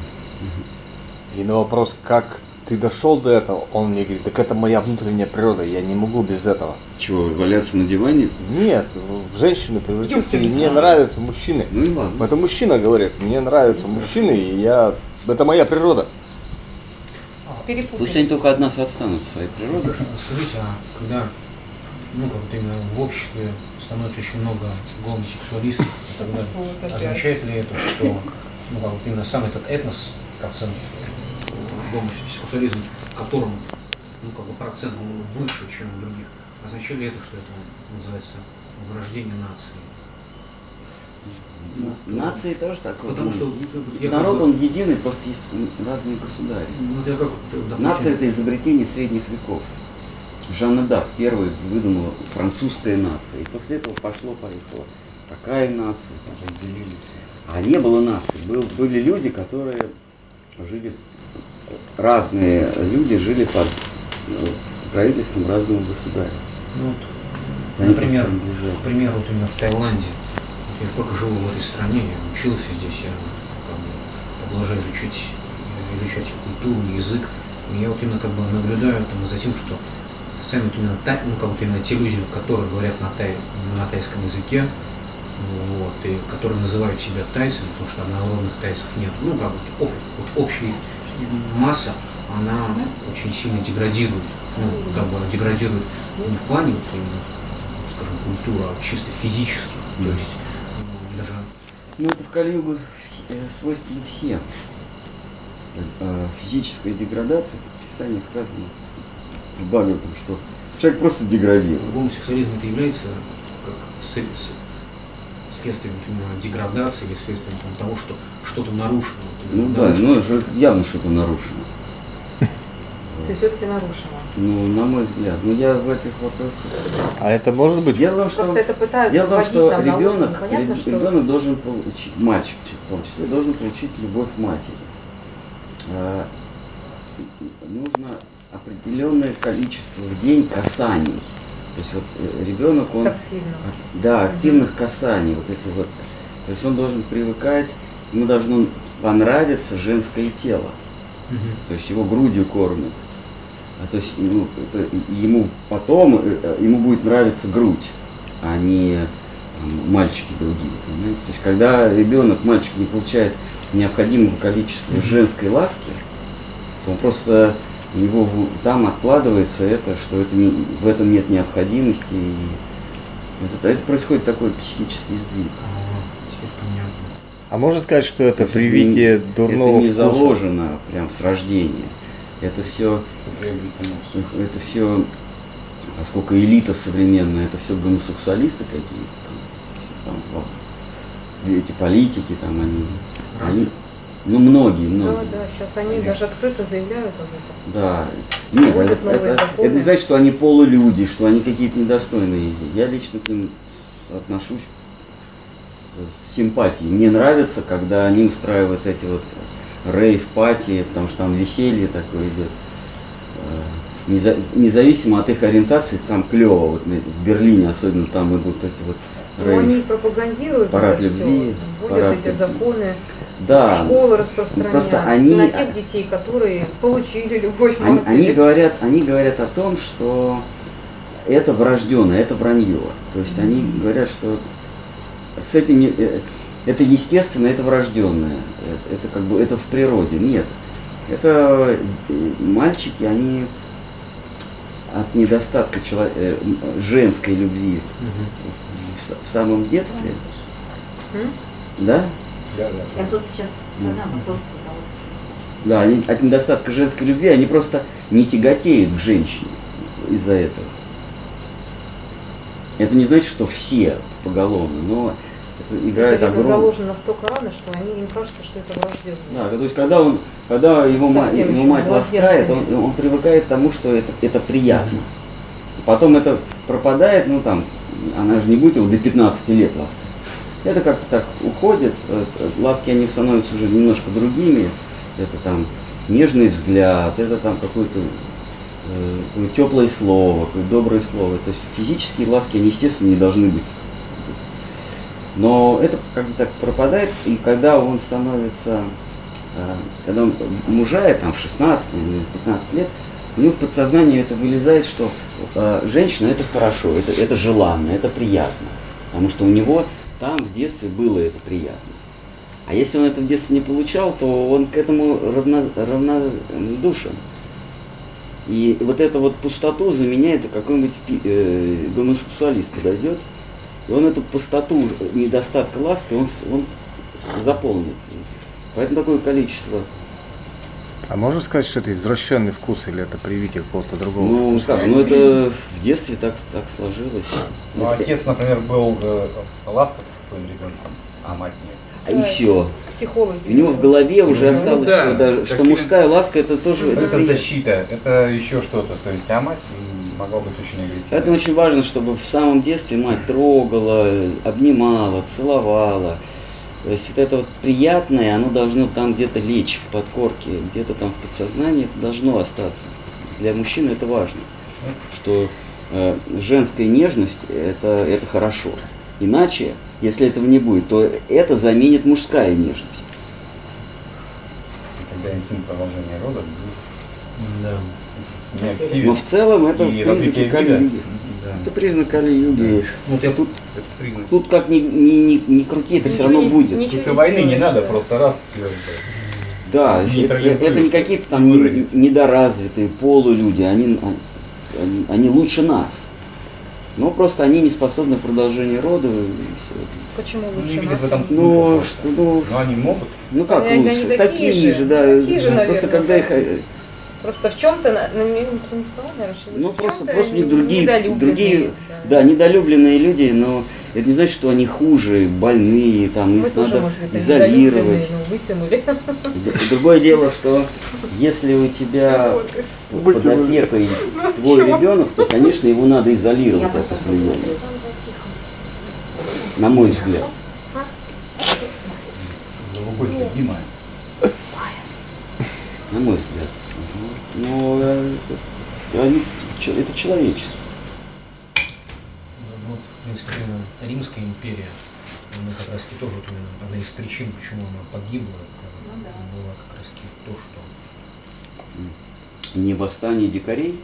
И на вопрос, как ты дошел до этого, он мне говорит, так это моя внутренняя природа, я не могу без этого. Чего, валяться на диване? Нет, в женщины превратиться, и мне нравятся мужчины. Ну и ладно. Это мужчина говорит, мне нравятся мужчины, и это моя природа. Пусть они только от нас отстанут в своей природе. Скажите, а когда, ну, как вот именно в обществе становится очень много гомосексуалистов и так далее, Вот опять. означает ли это, что, ну, как вот именно сам этот этнос, как сам гомосексуализм, в котором, ну, как бы процент выше, чем у других, означает ли это, что это называется вырождение нации? Нации тоже такое. Потому что народ, он единый, просто есть разные государи. Нация – это изобретение средних веков. Жанна Дарк первой выдумала французская нация. И после этого пошло-поехало. Такая нация, там разделили. А не было нации. Были люди, которые жили, разные люди жили под правительством разного государя. Ну, вот, например, к примеру, вот именно в Таиланде. Вот я сколько живу в этой стране, я учился здесь, я как бы продолжаю изучать культуру, язык. И я вот именно как бы наблюдаю там за тем, что сами вот именно, ну, как вот именно те люди, которые говорят на тайском языке, вот, и которые называют себя тайцами, потому что однородных тайцев нет. Ну, как вот общая масса, она очень сильно деградирует. Ну, как бы деградирует не в плане, вот именно, скажем, культуры, а чисто физически. То есть даже... Ну, это в Кали-югу свойственно всем. Физическая деградация, в Писании сказано в Бхагаватам, что человек просто деградирует. Гомосексуализм это является как следствием деградации или следствием того, что что-то нарушено. Ну да, ну же явно что-то нарушено. То есть все-таки нарушено. Ну, на мой взгляд. Ну я в этих вопросах. А это может быть? Дело в том, Просто это пытаются дело в том, вводить что там ребенок, понятно, что... ребенок должен получить, мальчик в том числе, должен получить любовь матери. Нужно определенное количество в день касаний. То есть вот ребенок, он... активных касаний. Вот эти вот. То есть он должен привыкать, ему должно понравиться женское тело. То есть его грудью кормят. То есть ему потом, ему будет нравиться грудь, а не мальчики другие. Понимаете? То есть когда ребенок, мальчик не получает необходимого количества женской ласки, то он просто его там откладывается это, что в этом нет необходимости. И это происходит такой психический сдвиг. Теперь понятно. А можно сказать, что это привитие дурного вкуса? Это не заложено прям с рождения. Это все, поскольку элита современная, это все гомосексуалисты какие-то, там, эти политики, там они многие. Да, сейчас они даже открыто заявляют об этом. Да. Нет, это не значит, что они полулюди, что они какие-то недостойные. Я лично к ним отношусь с симпатией. Мне нравится, когда они устраивают эти вот рейв-пати, потому что там веселье такое идет. Независимо от их ориентации, там клево. Вот в Берлине особенно там идут эти вот рейв. Они пропагандируют парад это любви, все, вводят эти законы, да, школы распространяют просто на тех детей, которые получили любовь матери. Они говорят о том, что это врожденное, это вранье. То есть они говорят, что с этим это естественно, это врожденное, это как бы это в природе. Нет, это мальчики, от недостатка женской любви в самом детстве, да? Я тут сейчас задам вопрос. Да, они от недостатка женской любви, они просто не тяготеют к женщине из-за этого. Это не значит, что все поголовно, но это играет это, видно, огромную... заложено настолько рано, что им кажется, что это врожденно. Да, то есть когда его мать ласкает, он привыкает к тому, что это приятно. Потом это пропадает, ну там, она же не будет его до 15 лет ласкать. Это как-то так уходит, ласки они становятся уже немножко другими. Это там нежный взгляд, это там какое-то теплое слово, какое-то доброе слово. То есть физические ласки, они, естественно, не должны быть. Но это как бы так пропадает, и когда он становится, когда он мужает, там, в 16 или 15 лет, у него в подсознании это вылезает, что женщина это хорошо, это желанно, это приятно. Потому что у него там в детстве было это приятно. А если он это в детстве не получал, то он к этому равнодушен. И вот эту вот пустоту заменяет какой-нибудь гомосексуалист подойдет, и он эту пустоту недостатка ласки, он заполнит. Поэтому такое количество. А можно сказать, что это извращенный вкус или это привитие какого-то другого Ну вкуса? как, это в детстве так сложилось. Ну, отец, например, был ласков со своим ребенком, а мать нет. И все. Психологи. У него в голове уже осталось, да, что мужская ласка это тоже это приятно. защита, это еще что-то. То есть, а мать могла быть очень агрессивной. Поэтому очень важно, чтобы в самом детстве мать трогала, обнимала, целовала. То есть вот это вот приятное, оно должно там где-то лечь в подкорке, где-то там в подсознании, это должно остаться. Для мужчины это важно, что женская нежность это хорошо. Иначе, если этого не будет, то это заменит мужская нежность. И тогда инстинкт продолжения рода будет Да. неактивен. Но в целом это И признаки развитие Кали-юги. Да. Это признак Кали-юги. Вот я это признак. Тут как ни крути, это все равно будет. Тут и войны не надо, просто раз все. Да, это не какие-то там недоразвитые полулюди, они лучше нас. Но просто они не способны к продолжению рода и все. Почему Ну, лучше не видят нас? в этом смысла Ну, просто. что, Но они могут. ну как Они лучше? такие же, да. такие же, Просто наверное, когда их. Просто в чем-то, не сказала, наверное, что Ну в просто чём-то другие, недолюбленные, да, недолюбленные люди, но это не значит, что они хуже, больные, там, Мы их тоже, надо может быть, изолировать. недолюбленные, вытянули. Другое дело, что если у тебя под опекой твой ребенок, то, конечно, его надо изолировать от их влияния. На мой взгляд. За рукой Дима. На мой взгляд. Но это человечество. Ну, в принципе, Римская империя, она как раз таки тоже вот именно одна из причин, почему она погибла, это была как раз таки то, что... Не восстание дикарей?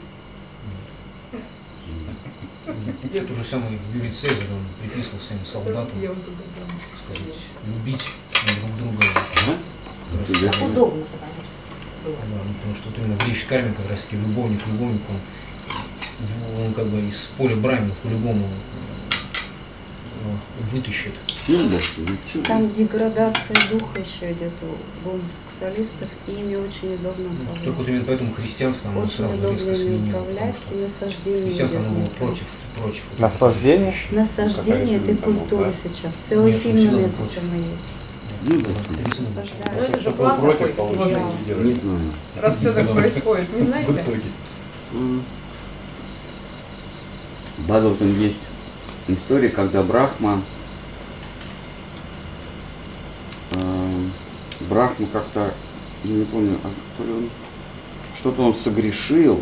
Это же самый Юлий Цезарь, он приписывал своим солдатам, сказать, любить друг друга. Удобно, Да, потому что вот именно греческий армия как раз таки любовник, он как бы из поля брани по-любому вытащит. Там деградация духа еще идет у гомосексуалистов, и ими очень удобно управлять. Только вот именно поэтому христианство, оно Очень сразу удобно резко ими сменило. управлять, и наслаждение Христианство, оно идет. было против. Наслаждение? Наслаждение этой культуры сейчас. Целый Нет, фильм на эту против. тему есть. Ну, Ну это же план такой. не знаю. Раз все так происходит, не знаете? В итоге. В Бхагаватам есть история, когда Брахма как-то, не помню, то ли что-то он согрешил.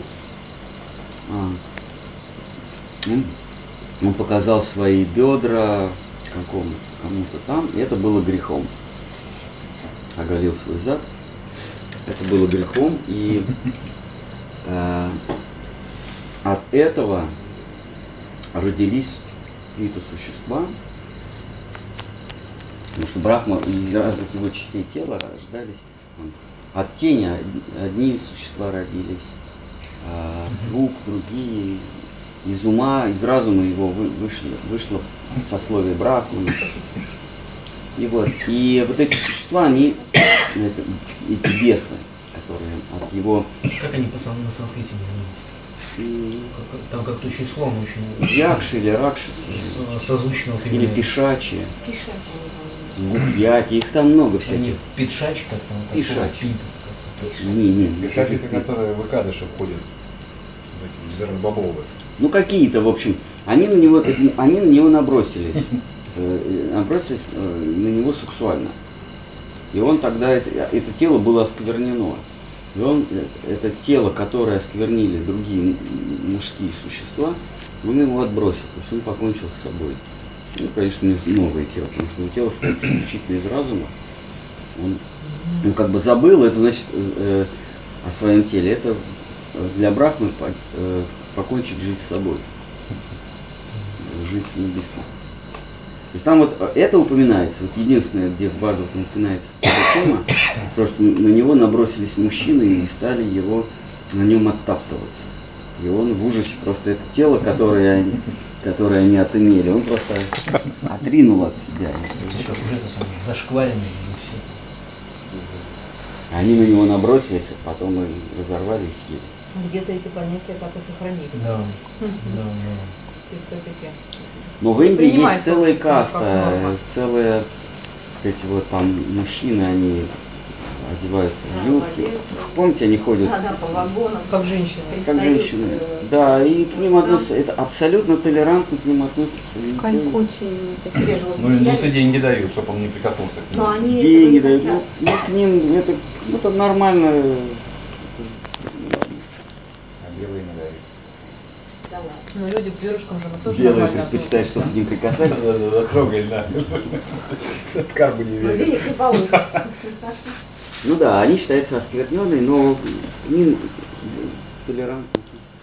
Он показал свои бедра кому-то там, и это было грехом. Оголил свой зад. Это было грехом, и от этого родились какие-то существа, потому что Брахма из разных его частей тела рождались. От тени одни существа родились, круг, другие, из ума, из разума его вышло сословие Брахмана. И вот эти существа, они, эти бесы, которые от его... Как они на санскрите называются? Там как-то число очень... Якши или ракшасы. Созвучно. Или пишачи. Пишачи. Гуфьяки, их там много всяких. Они питшачи как-то? Пишачи. Не. Пишачи, которые в Икадыши входят, зернобобовые. Ну какие-то, в общем, они на него набросились на него сексуально. И он тогда, это тело было осквернено. И это тело, которое осквернили другие мужские существа, он его отбросил, то есть он покончил с собой. Ну, конечно, новое тело, потому что его тело состоит исключительно из разума. Он как бы забыл, это значит, о своем теле. Это для Брахмы покончить жизнь с собой. Жить небесно. То есть там вот это упоминается, вот единственное, где в Бхагаватам упоминается эта тема, то, что на него набросились мужчины и стали на нем оттаптываться. И он в ужасе просто это тело, которое они отымели, он просто отринул от себя. Сейчас уже это самое зашкваренные и все. Они на него набросились, а потом и разорвали и съели. Где-то эти понятия так и сохранились. Да. И все-таки. Но в Индии есть целая каста, целые эти вот там мужчины, они одеваются в юбки. Помните, они ходят по вагонам, как женщины. Как женщины. Да, и к ним относятся, это абсолютно толерантно к ним относятся. В Калькутте такие. Ну, индусы деньги дают, чтобы он не прикоснулся к ним. Но они деньги дают. Ну, к ним это нормально. А белые не дают. Но люди к девушкам же тоже Белые нормально предпочитают, чтобы к ним прикасались. Да, трогай, да. В карму не но верят. денег не получишь. Ну да, они считаются оскверненными, но к ним толерантно.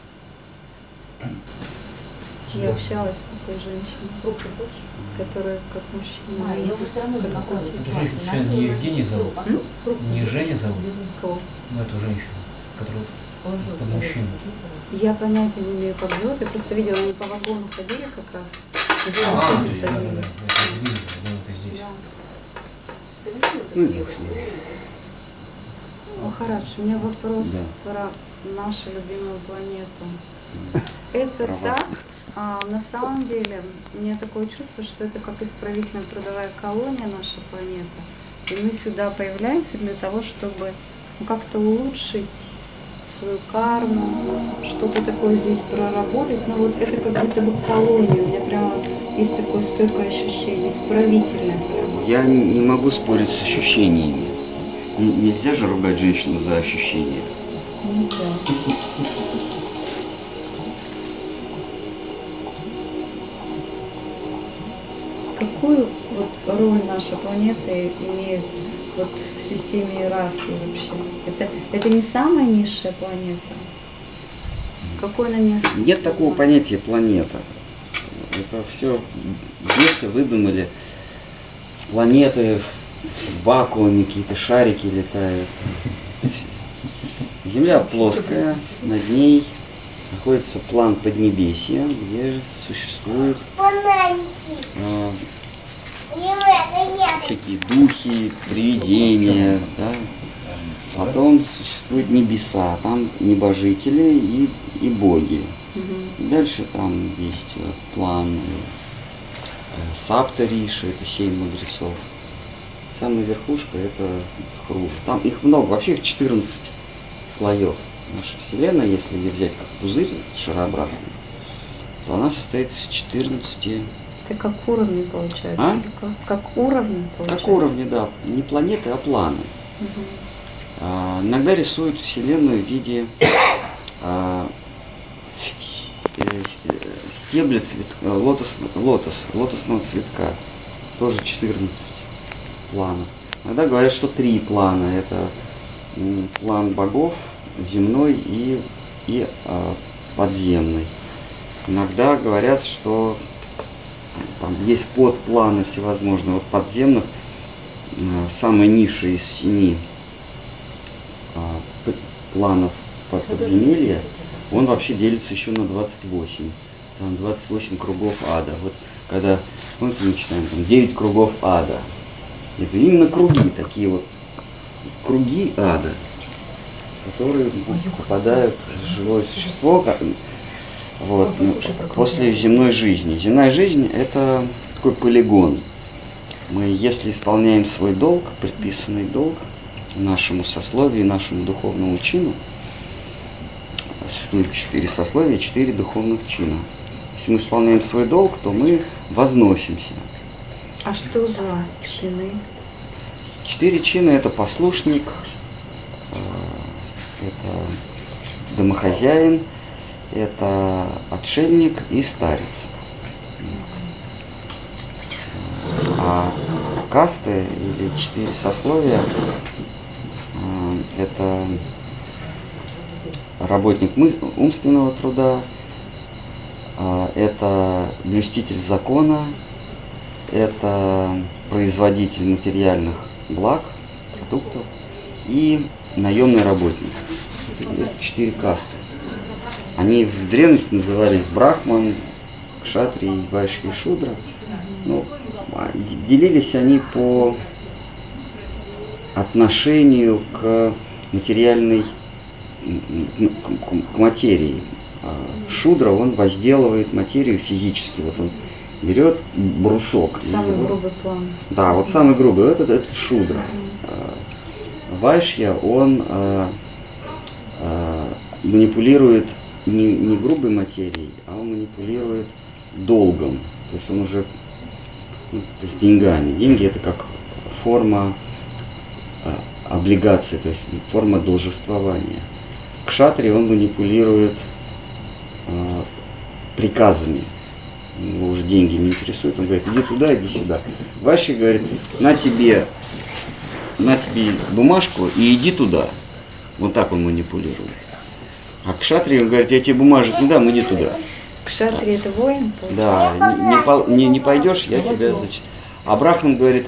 Я общалась с такой женщиной, которая как мужчина. Ее все равно не находится. Эту женщину совершенно не Евгений зовут, не Женя зовут, Кого? но эту женщину, которую под мужчину. Я понятия не имею, как зовут. Я просто видела, они по вагону ходили как раз. Где автобус Да, один. это видели, это здесь. Да. Махарадж, у меня вопрос Да. про нашу любимую планету. Этот сад, на самом деле, у меня такое чувство, что это как исправительная трудовая колония наша планета. И мы сюда появляемся для того, чтобы как-то улучшить свою карму, что-то такое здесь проработать. Но вот это как будто бы колония. У меня прямо есть такое стойкое ощущение, исправительное прямо. Я не могу спорить с ощущениями. Нельзя же ругать женщину за ощущения. Ну да. Какую вот роль наша планета имеет вот в системе иерархии вообще? Это не самая низшая планета? Какое на место? Нет такого понятия планета. Это все бесы выдумали. Планеты в вакууме, какие-то шарики летают. Земля плоская, над ней находится план Поднебесья, где существуют всякие духи, привидения, да. Потом существуют небеса, там небожители и боги. И дальше там есть план Сапта-Риши, это 7 мудрецов. Самая верхушка это Хру. Там их много, вообще их 14 слоев. Наша Вселенная, если ее взять как пузырь шарообразный, то она состоит из 14. Это как уровни получается? А? Как уровни получается? Как уровни, да. Не планеты, а планы. Иногда рисуют Вселенную в виде стебля лотосного цветка. Тоже 14 планов. Иногда говорят, что 3 плана. Это план богов, земной и подземный. Иногда говорят, что там есть подпланы всевозможные. Вот подземных, самый низший из 7 планов подземелья, он вообще делится еще на 28. Там 28 кругов ада. Вот когда, помните, мы читаем, там 9 кругов ада. Это именно круги, такие вот круги ада, в которые попадают живое существо вот, после земной жизни. Земная жизнь – это такой полигон. Мы, если исполняем свой долг, предписанный долг нашему сословию, нашему духовному чину, существует 4 сословия, 4 духовных чина. Если мы исполняем свой долг, то мы возносимся. А что за чины? 4 чина – это послушник, это домохозяин, это отшельник и старец. А касты или 4 сословия – это работник умственного труда, это блюститель закона, это производитель материальных благ, продуктов и наемный работник. Это 4 касты. Они в древности назывались брахман, кшатрий, вайшья и шудра. Ну, делились они по отношению к материальной, к материи. Шудра, он возделывает материю физически. Вот он берет брусок. Самый грубый план. Да, вот самый грубый. Это шудра. Вайшья, он манипулирует не грубой материей, а он манипулирует долгом. То есть он уже, то есть деньгами. Деньги – это как форма облигации, то есть форма должествования. Кшатри, он манипулирует приказами. Его уже деньги не интересуют. Он говорит, иди туда, иди сюда. Вайшья говорит, на тебе бумажку и иди туда. Вот так он манипулирует. А кшатри, он говорит, я тебе бумажек не дам, иди туда. Кшатри это воин? Да, не пойдешь, я тебя зачитаю. А брахман говорит,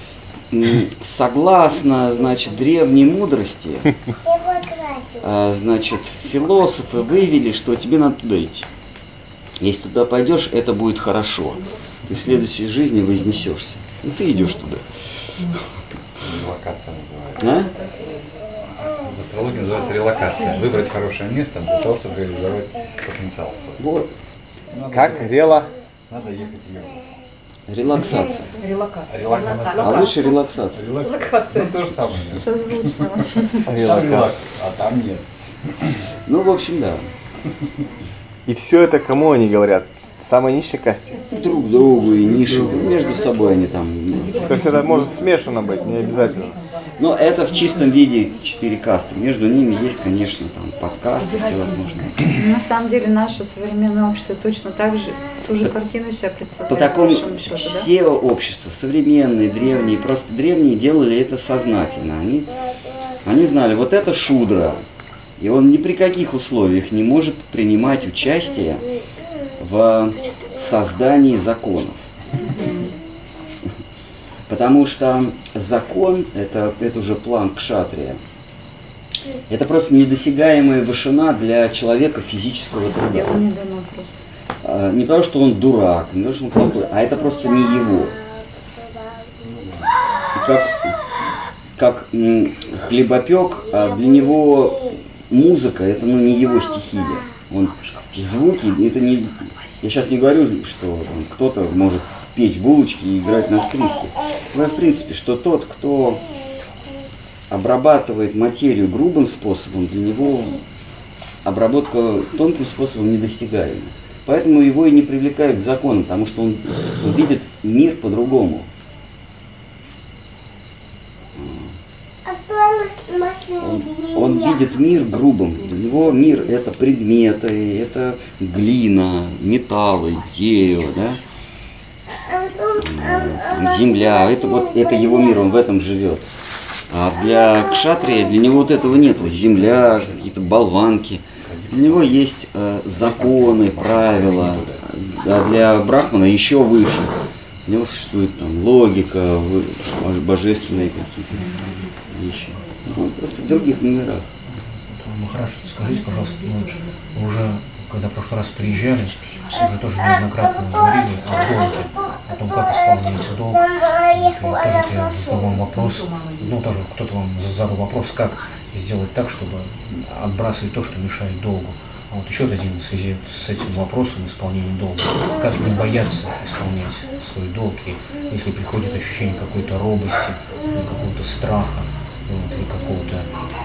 согласно, значит, древней мудрости, значит, философы вывели, что тебе надо туда идти. Если туда пойдешь, это будет хорошо. Ты в следующей жизни вознесешься. Ну, ты идешь туда. Релокация называется. В астрологии называется релокация. Выбрать хорошее место для того, чтобы реализовать потенциал свой. Вот. Как Надо ехать в Европу. Релаксация. Релокация. А лучше релаксация. Релокация. Ну, то же самое. Созвучно очень. Там релакс, а там нет. Ну, в общем, да. И все это кому они говорят? Самой низшей касте? Друг другу и низшим. Между собой они там. То есть это может смешано быть, не обязательно. Но это в чистом виде 4 касты. Между ними есть, конечно, там подкасты всевозможные. На самом деле наше современное общество точно так же ту же картину себя представляет. По такому большому счету, да? все общества, современные, древние, просто древние делали это сознательно. Они знали, вот это шудра, и он ни при каких условиях не может принимать участие в создании законов. Потому что закон – это уже план кшатрия. Это просто недосягаемая вышина для человека физического труда. Ему не дано просто. Не потому, что он дурак, не потому, что он плохой, а это просто не его. Как хлебопек, для него музыка – это не его стихия. Звуки – это не… Я сейчас не говорю, что кто-то может печь булочки и играть на скрипке. Но в принципе, что тот, кто обрабатывает материю грубым способом, для него обработка тонким способом недосягаема. Поэтому его и не привлекают к закону, потому что он видит мир по-другому. Он видит мир грубым. Для него мир – это предметы, это глина, металлы, дерево, да? Земля. Это его мир, он в этом живет. А для кшатрия, для него вот этого нет. Земля, какие-то болванки. Для него есть законы, правила. А для брахмана еще выше. Для него существует там логика, божественные какие-то вещи. Он просто в других номерах. Махарадж, скажите, пожалуйста, мы уже, когда в прошлый раз приезжали, уже тоже неоднократно говорили о долге, о том, как исполняется долг. И тоже я задал вам вопрос, тоже кто-то вам задал вопрос, как сделать так, чтобы отбрасывать то, что мешает долгу. А вот еще один в связи с этим вопросом исполнения долга. Как не бояться исполнять свой долг, и если приходит ощущение какой-то робости, или какого-то страха, или какого-то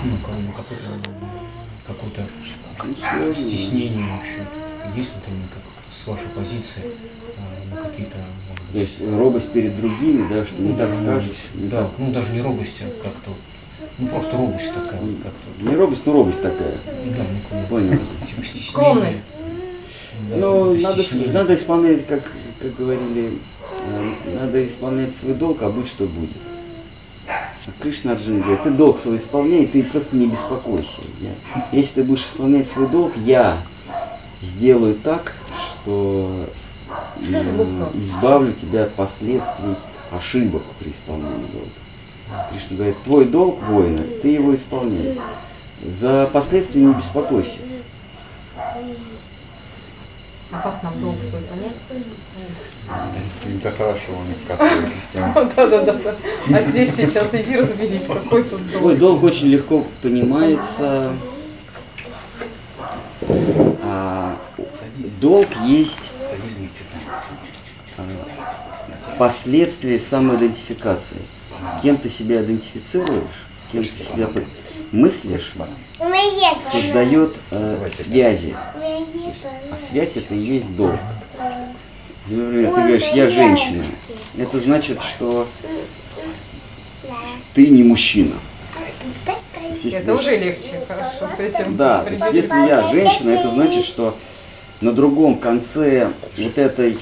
стеснения вообще. Есть ли это с вашей позиции какие-то, может быть... То есть робость перед другими, да, что не так скажешь? Да, даже не робость, а как-то, просто робость такая. Как-то. Не робость, но робость такая. Да, понял. Типа стеснение. Скромность. Но надо исполнять, как говорили, надо исполнять свой долг, а будь что будет. Кришна Арджуна говорит, ты долг свой исполняй, ты просто не беспокойся. Если ты будешь исполнять свой долг, я сделаю так, что избавлю тебя от последствий ошибок при исполнении долга. Кришна говорит, твой долг, воина, ты его исполняй. За последствия не беспокойся. А как нам долг свой понять? Это хорошо у них в кастовой системе. Да. А здесь сейчас иди разберись, какой тут долг. Свой долг очень легко понимается. Долг есть последствия самоидентификации. Кем ты себя идентифицируешь, кем ты себя мыслишь, создает связи. А связь это и есть долг. Например, ты говоришь, я женщина. Это значит, что ты не мужчина. Это говоришь, уже легче, хорошо с этим. Да, если я женщина, это значит, что на другом конце вот этой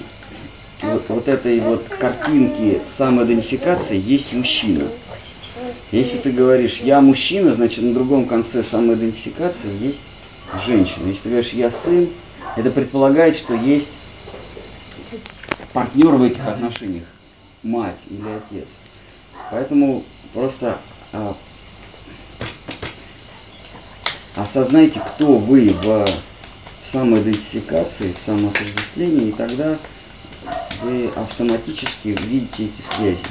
картинки самоидентификации есть мужчина. Если ты говоришь, я мужчина, значит на другом конце самоидентификации есть женщина. Если ты говоришь, я сын, это предполагает, что есть партнер в этих отношениях, мать или отец. Поэтому просто осознайте, кто вы в самоидентификации, в самоотождествлении, и тогда вы автоматически видите эти связи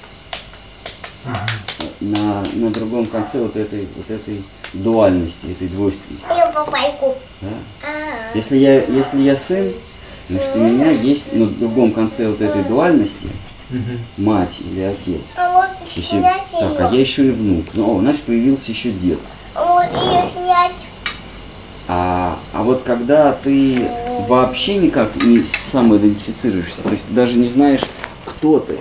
на другом конце вот этой дуальности, этой двойственности. Да? Если я сын, значит у меня есть на другом конце вот этой дуальности мать или отец. Если, так, а я еще и внук. Значит появился еще дед. А вот когда ты вообще никак не самоидентифицируешься, то есть даже не знаешь, кто ты.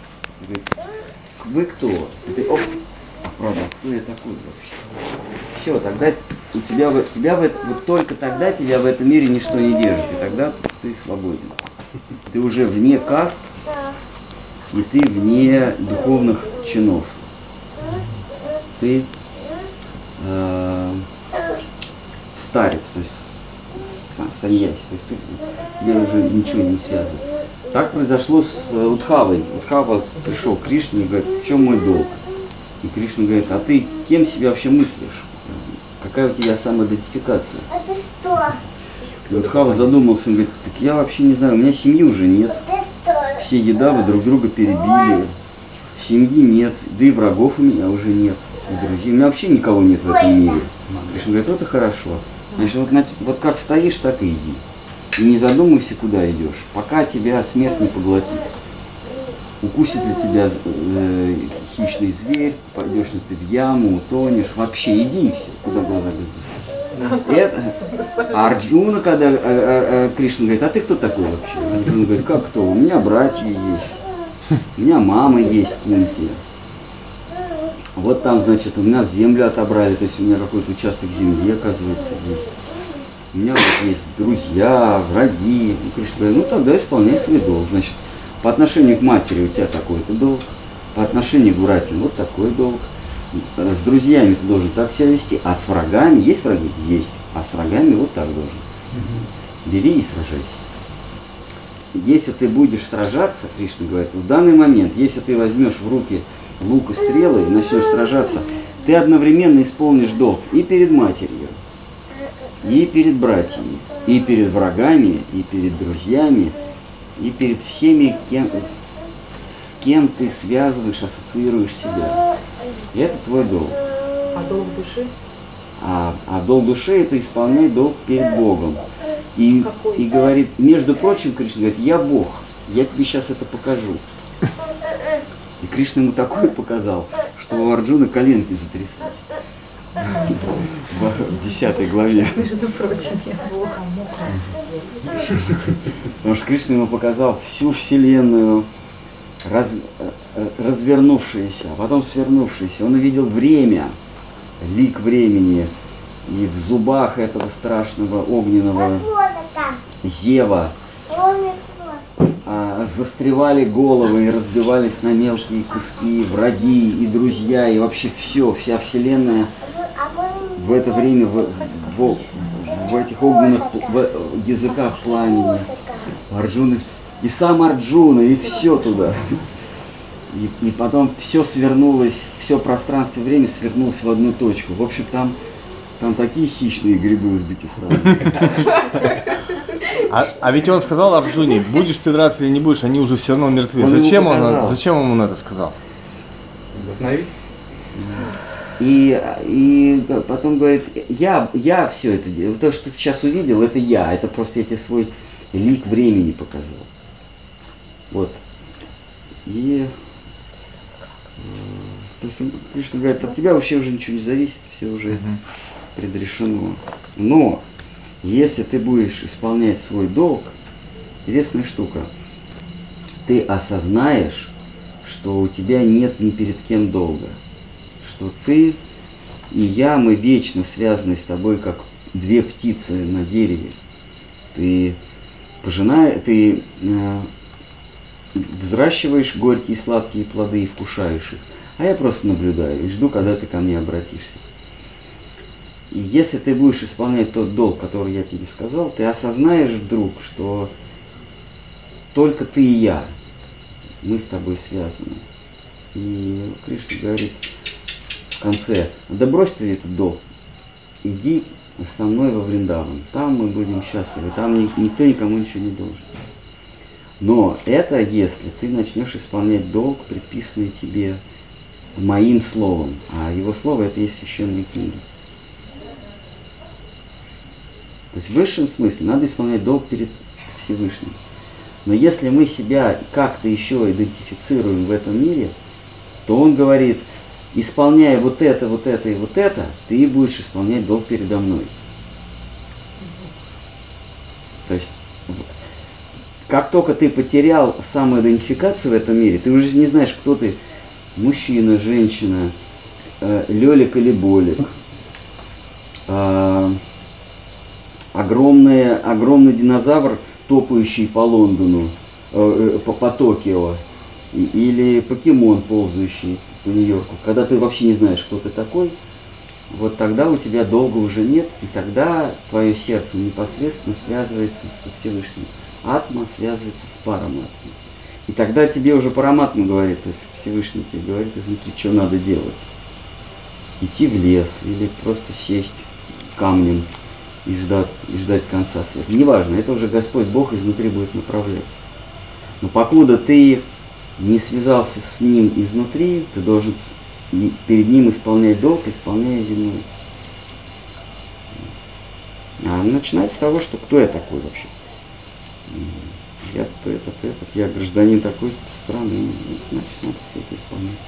Вы кто? Правда, кто я такой вообще? Все, тогда только тогда тебя в этом мире ничто не держит, и тогда ты свободен. Ты уже вне каст, и ты вне духовных чинов. Ты старец, то есть саньяси, то есть тебе уже ничего не связывает. Так произошло с Удхавой. Удхава пришел к Кришне и говорит, в чем мой долг? И Кришна говорит, а ты кем себя вообще мыслишь? Какая у тебя самоидентификация? И Удхава задумался, он говорит, так я вообще не знаю, у меня семьи уже нет. Все едавы друг друга перебили. Семьи нет, да и врагов у меня уже нет. И друзей. У меня вообще никого нет в этом мире. Кришна говорит, вот и хорошо. Значит, вот как стоишь, так и иди. И не задумывайся, куда идешь, пока тебя смерть не поглотит. Укусит ли тебя хищный зверь, пойдешь ли ты в яму, утонешь, вообще иди и все, куда глаза глядят. А Арджуна, когда Кришна говорит, а ты кто такой вообще? Арджуна говорит, как кто? У меня братья есть, у меня мама есть, Кунти. Вот там, значит, у меня землю отобрали, то есть у меня какой-то участок земли, оказывается, есть. У меня вот есть друзья, враги. И Кришна говорит, тогда исполняй свой долг. Значит, по отношению к матери у тебя такой-то долг, по отношению к братьям вот такой долг. С друзьями ты должен так себя вести, а с врагами, есть враги? Есть. А с врагами вот так должен. Бери и сражайся. Если ты будешь сражаться, Кришна говорит, в данный момент, если ты возьмешь в руки лук и стрелы и начнешь сражаться, ты одновременно исполнишь долг и перед матерью, и перед братьями, и перед врагами, и перед друзьями, и перед всеми, с кем ты связываешь, ассоциируешь себя. И это твой долг. А долг души? А долг души — это исполнять долг перед Богом. И говорит, между прочим, Кришна говорит, я Бог, я тебе сейчас это покажу. И Кришна ему такое показал, что у Арджуны коленки затряслись. В 10 главе. Между прочим, я Бог. Потому что Кришна ему показал всю Вселенную, развернувшуюся, а потом свернувшуюся. Он увидел время, лик времени, и в зубах этого страшного огненного зева застревали головы и разбивались на мелкие куски враги и друзья, и вообще все, вся Вселенная в это время в этих огненных языках пламени. Арджуны, и сам Арджуна, и все туда. И потом все свернулось, все пространство и время свернулось в одну точку. В общем, там такие хищные грибы Узбекистана. А ведь он сказал Арджуне, будешь ты драться или не будешь, они уже все равно мертвы. Зачем он это сказал? Вдохновить? И потом говорит, я все это делаю. То, что ты сейчас увидел, это я. Это просто я тебе свой лик времени показал. Вот. И то есть он, Кришна говорит, от тебя вообще уже ничего не зависит, все уже предрешено. Но если ты будешь исполнять свой долг, интересная штука, ты осознаешь, что у тебя нет ни перед кем долга, что ты и я, мы вечно связаны с тобой, как две птицы на дереве. Ты взращиваешь горькие сладкие плоды и вкушаешь их, а я просто наблюдаю и жду, когда ты ко мне обратишься. И если ты будешь исполнять тот долг, который я тебе сказал, ты осознаешь вдруг, что только ты и я, мы с тобой связаны. И Кришна говорит в конце, да брось ты этот долг, иди со мной во Вриндаван, там мы будем счастливы, там никто никому ничего не должен. Но это если ты начнешь исполнять долг, предписанный тебе моим словом, а его слово это есть священная книга. То есть в высшем смысле надо исполнять долг перед Всевышним. Но если мы себя как-то еще идентифицируем в этом мире, то он говорит, исполняя вот это, вот это и вот это, ты будешь исполнять долг передо мной. То есть, как только ты потерял самоидентификацию в этом мире, ты уже не знаешь, кто ты, мужчина, женщина, лёлик или болик, огромный динозавр, топающий по Лондону, по Токио, или покемон, ползающий по Нью-Йорку. Когда ты вообще не знаешь, кто ты такой, вот тогда у тебя долга уже нет, и тогда твое сердце непосредственно связывается со Всевышним. Атма связывается с параматмой. И тогда тебе уже параматма говорит, то есть Всевышний тебе говорит изнутри, что надо делать. Идти в лес или просто сесть камнем и ждать конца света. Неважно, это уже Господь Бог изнутри будет направлять. Но покуда ты не связался с Ним изнутри, ты должен перед Ним исполнять долг, исполняя земной. А начинается с того, что кто я такой вообще? Я то это, я гражданин такой страны, значит, надо все это исполнять.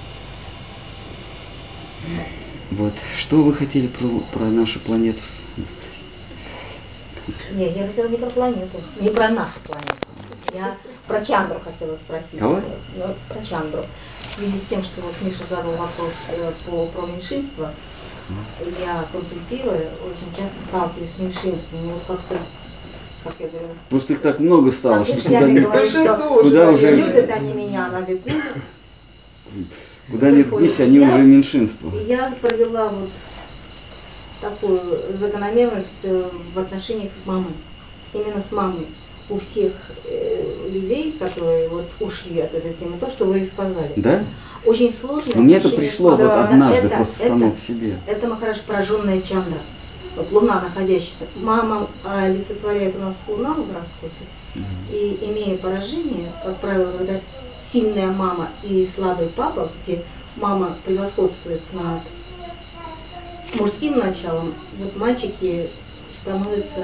Вот, что вы хотели про нашу планету спросить? Нет, я хотела не про планету, не про нашу планету. Я про Чандру хотела спросить. Кого? Про Чандру. В связи с тем, что вот Миша задал вопрос про меньшинство, я консультирую, очень часто сталкиваюсь с меньшинствами. Вот как-то, как я говорю, Просто их так много стало, что куда уже любят они меня на веку. Куда ни ткнись, они уже меньшинство. Я провела вот такую закономерность в отношениях с мамой. Именно с мамой. У всех людей, которые вот ушли от этой темы, то, что вы и сказали. Да? очень сложное. Но мне это пришло вот однажды просто само это, по себе. Это Махараш пораженная Чандра. Вот Луна, находящаяся. Мама олицетворяет у нас Луна в гороскопе. И имея поражение, как правило, когда сильная мама и слабый папа, где мама превосходствует над мужским началом, вот мальчики становятся...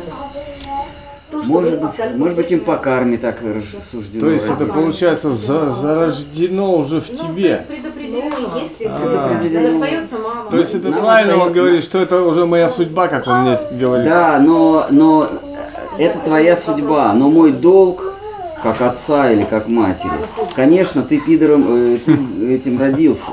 Может быть, им по карме так рассуждено. То есть это получается зарождено уже в тебе. Предопределено. Остается мама. То есть это правильно он говорит, что это уже моя судьба, как он мне говорит. Да, но это твоя судьба, но мой долг, как отца или как матери, конечно, ты пидором этим родился.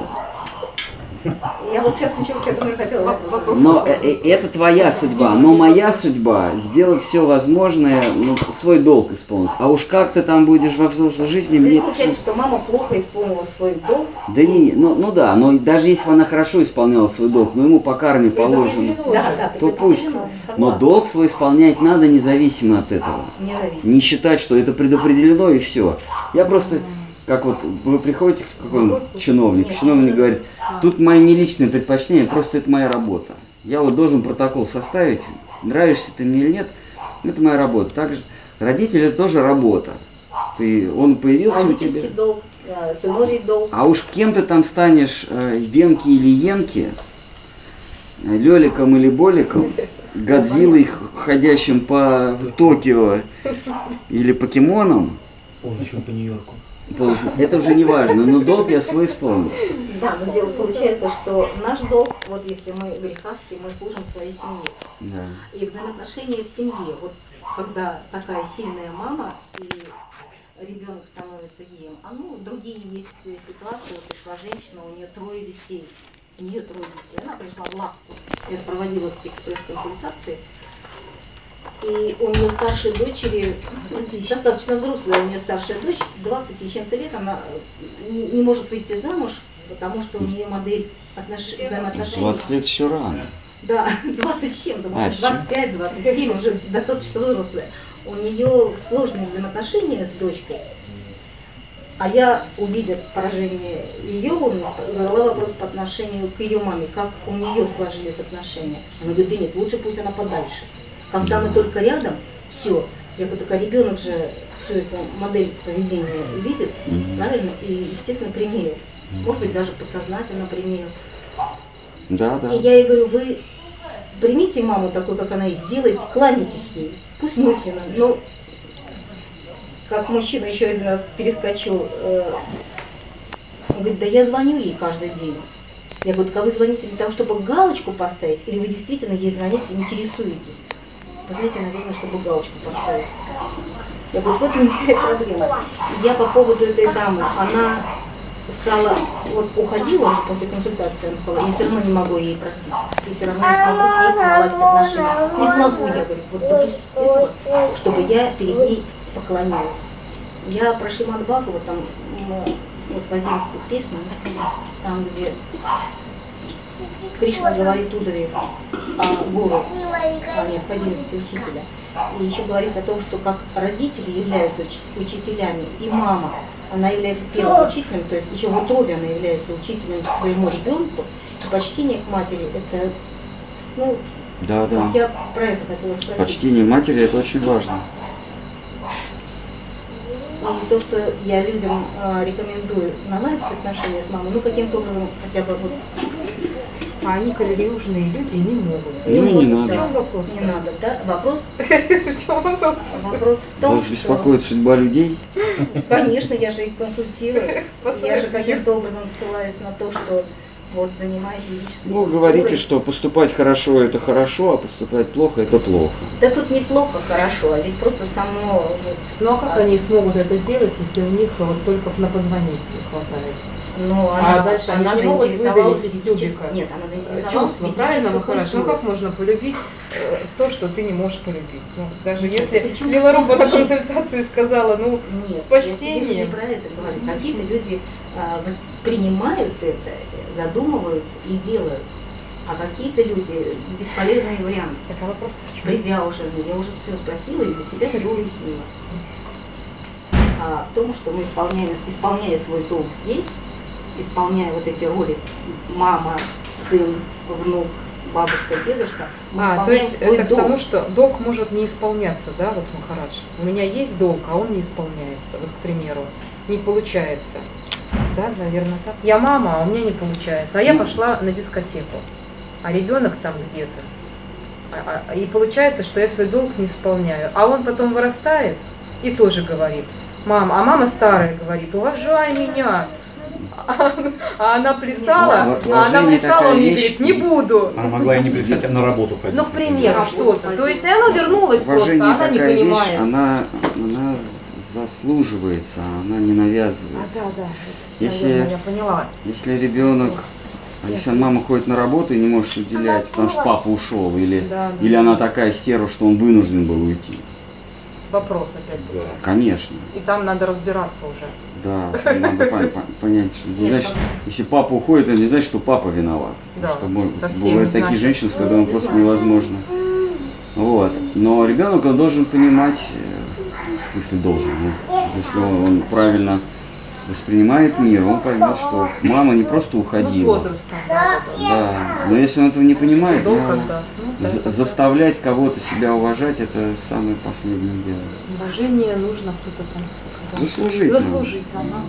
Я вот сейчас еще к этому хотела вопрос. Но это твоя судьба, но моя судьба сделать все возможное, свой долг исполнить. А уж как ты там будешь во взрослой жизни, мне это... Получается, что мама плохо исполнила свой долг. Да не, да, но даже если она хорошо исполняла свой долг, но ему по карме положено, то пусть. Но долг свой исполнять надо независимо от этого. Не считать, что это предопределено и все. Я просто, как вот вы приходите к какому-нибудь чиновник говорит, тут мои не личные предпочтения, просто это моя работа. Я вот должен протокол составить, нравишься ты мне или нет, это моя работа. Также родители это тоже работа. Он появился у тебя. Долг, сыновий долг. А уж кем ты там станешь, Венки или Енки, Лёликом или Боликом, Годзиллой, ходящим по Токио, или покемоном, Ползающим по Нью-Йорку. Это уже не важно, но долг я свой исполнил. Да, но дело получается, что наш долг, вот если мы грехастки, мы служим своей семье. Да. И взаимоотношения в семье, вот когда такая сильная мама и ребенок становится геем, другие есть ситуации, вот пришла женщина, у нее 3 детей, она пришла в лавку, я проводила экспресс-консультации, и у нее старшей дочери, достаточно взрослая, у нее старшая дочь, 20 и чем-то лет, она не может выйти замуж, потому что у нее модель взаимоотношений. 20 лет еще рано. Да, 20 с чем-то, может 25, 27, уже достаточно взрослая. У нее сложные взаимоотношения с дочкой. А я, увидев поражение ее, задала вопрос по отношению к ее маме, как у нее сложились отношения. Она говорит, да нет, лучше пусть она подальше. Когда мы только рядом, все. Я говорю, такая ребенок же всю эту модель поведения видит, правильно, и, естественно, примерил. Может быть, даже подсознательно примерил. Да. И я ей говорю, вы примите маму такой, как она есть, делайте, кланяйтесь ей, пусть мысленно, но как мужчина еще один раз перескочил, он говорит, да я звоню ей каждый день. Я говорю, так вы звоните для того, чтобы галочку поставить, или вы действительно ей звоните, интересуетесь? Вы знаете, наверное, чтобы галочку поставить. Я говорю, в этом вся проблема. И я по поводу этой дамы, она сказала, вот уходила уже после консультации, она сказала, я все равно не могу ей простить. И все равно не смогу с ней наладить отношения. Не смогу, я говорю, вот допустить этого, чтобы я перед ней поклонилась. Я про Шримад Бхагават, там, вот в 11 песне, там, где Кришна говорит Удаве о гуру, о необходимости учителя. И еще говорится о том, что как родители являются учителями, и мама, она является первым учителем, то есть еще в утробе она является учителем своему ребенку. И почтение к матери, это, Да. Я про это хотела спросить. Почтение матери — это очень важно. И то, что я людям рекомендую наладить отношения с мамой, каким-то образом хотя бы вот... А они калорийные люди не могут. Не надо. В чем вопрос? Не надо, да? Вопрос? В чем вопрос? Вопрос в том, Вас беспокоит судьба людей? Конечно, я же их консультирую. Я же каким-то образом ссылаюсь на то, что вот занимаюсь юридической культурой. Говорите, что поступать хорошо — это хорошо, а поступать плохо — это плохо. Да тут не плохо, хорошо, а здесь просто само... А как они смогут это сделать, если у них вот только на позвонить не хватает? Дальше они же не могут выдавить из тюбика. Нет, она заинтересовалась. Чувство, правильно, Махараш? Как можно полюбить то, что ты не можешь полюбить? Даже если Лиларуба на консультации сказала, с почтением. Я не про это говорю. Какие-то люди воспринимают это, задумываются и делают. А какие-то люди бесполезные варианты. Так, а вопрос придя уже, я уже все спросила и для себя все уяснила. В том, что мы, исполняя свой долг здесь, исполняя вот эти роли мама, сын, внук, бабушка, дедушка, мы то исполняем есть свой это к долг. тому, что долг может не исполняться, да, вот Махарадж? У меня есть долг, а он не исполняется, вот, к примеру, не получается. Да, наверное, так. Я мама, а у меня не получается. А я пошла на дискотеку, а ребенок там где-то. И получается, что я свой долг не исполняю. А он потом вырастает и тоже говорит: мама, а мама старая говорит: уважай меня. А она плясала, он мне говорит: не буду. Она могла и не плясать, а на работу ходить. Ну, к примеру, что-то. То есть она вернулась просто, Уважение она не такая понимает. вещь, она заслуживается, она не навязывается. Да, Если, я поняла. если ребенок, если мама ходит на работу и не может уделять, потому что папа ушел, или она такая стерва, что он вынужден был уйти. Вопрос опять. Да. Конечно. И там надо разбираться уже. Да, надо понять, что не значит, если папа уходит, это не значит, что папа виноват. Да, Что совсем бывают не такие значит. женщины, с которыми просто невозможно. Вот. Но ребенок, он должен понимать, в смысле должен, если он правильно воспринимает мир, он поймет, что мама не просто уходила. С возрастом, да. Но если он этого не понимает, заставлять кого-то себя уважать, это самое последнее дело. Уважение нужно, кто-то там сказал. Заслужить. Заслужить.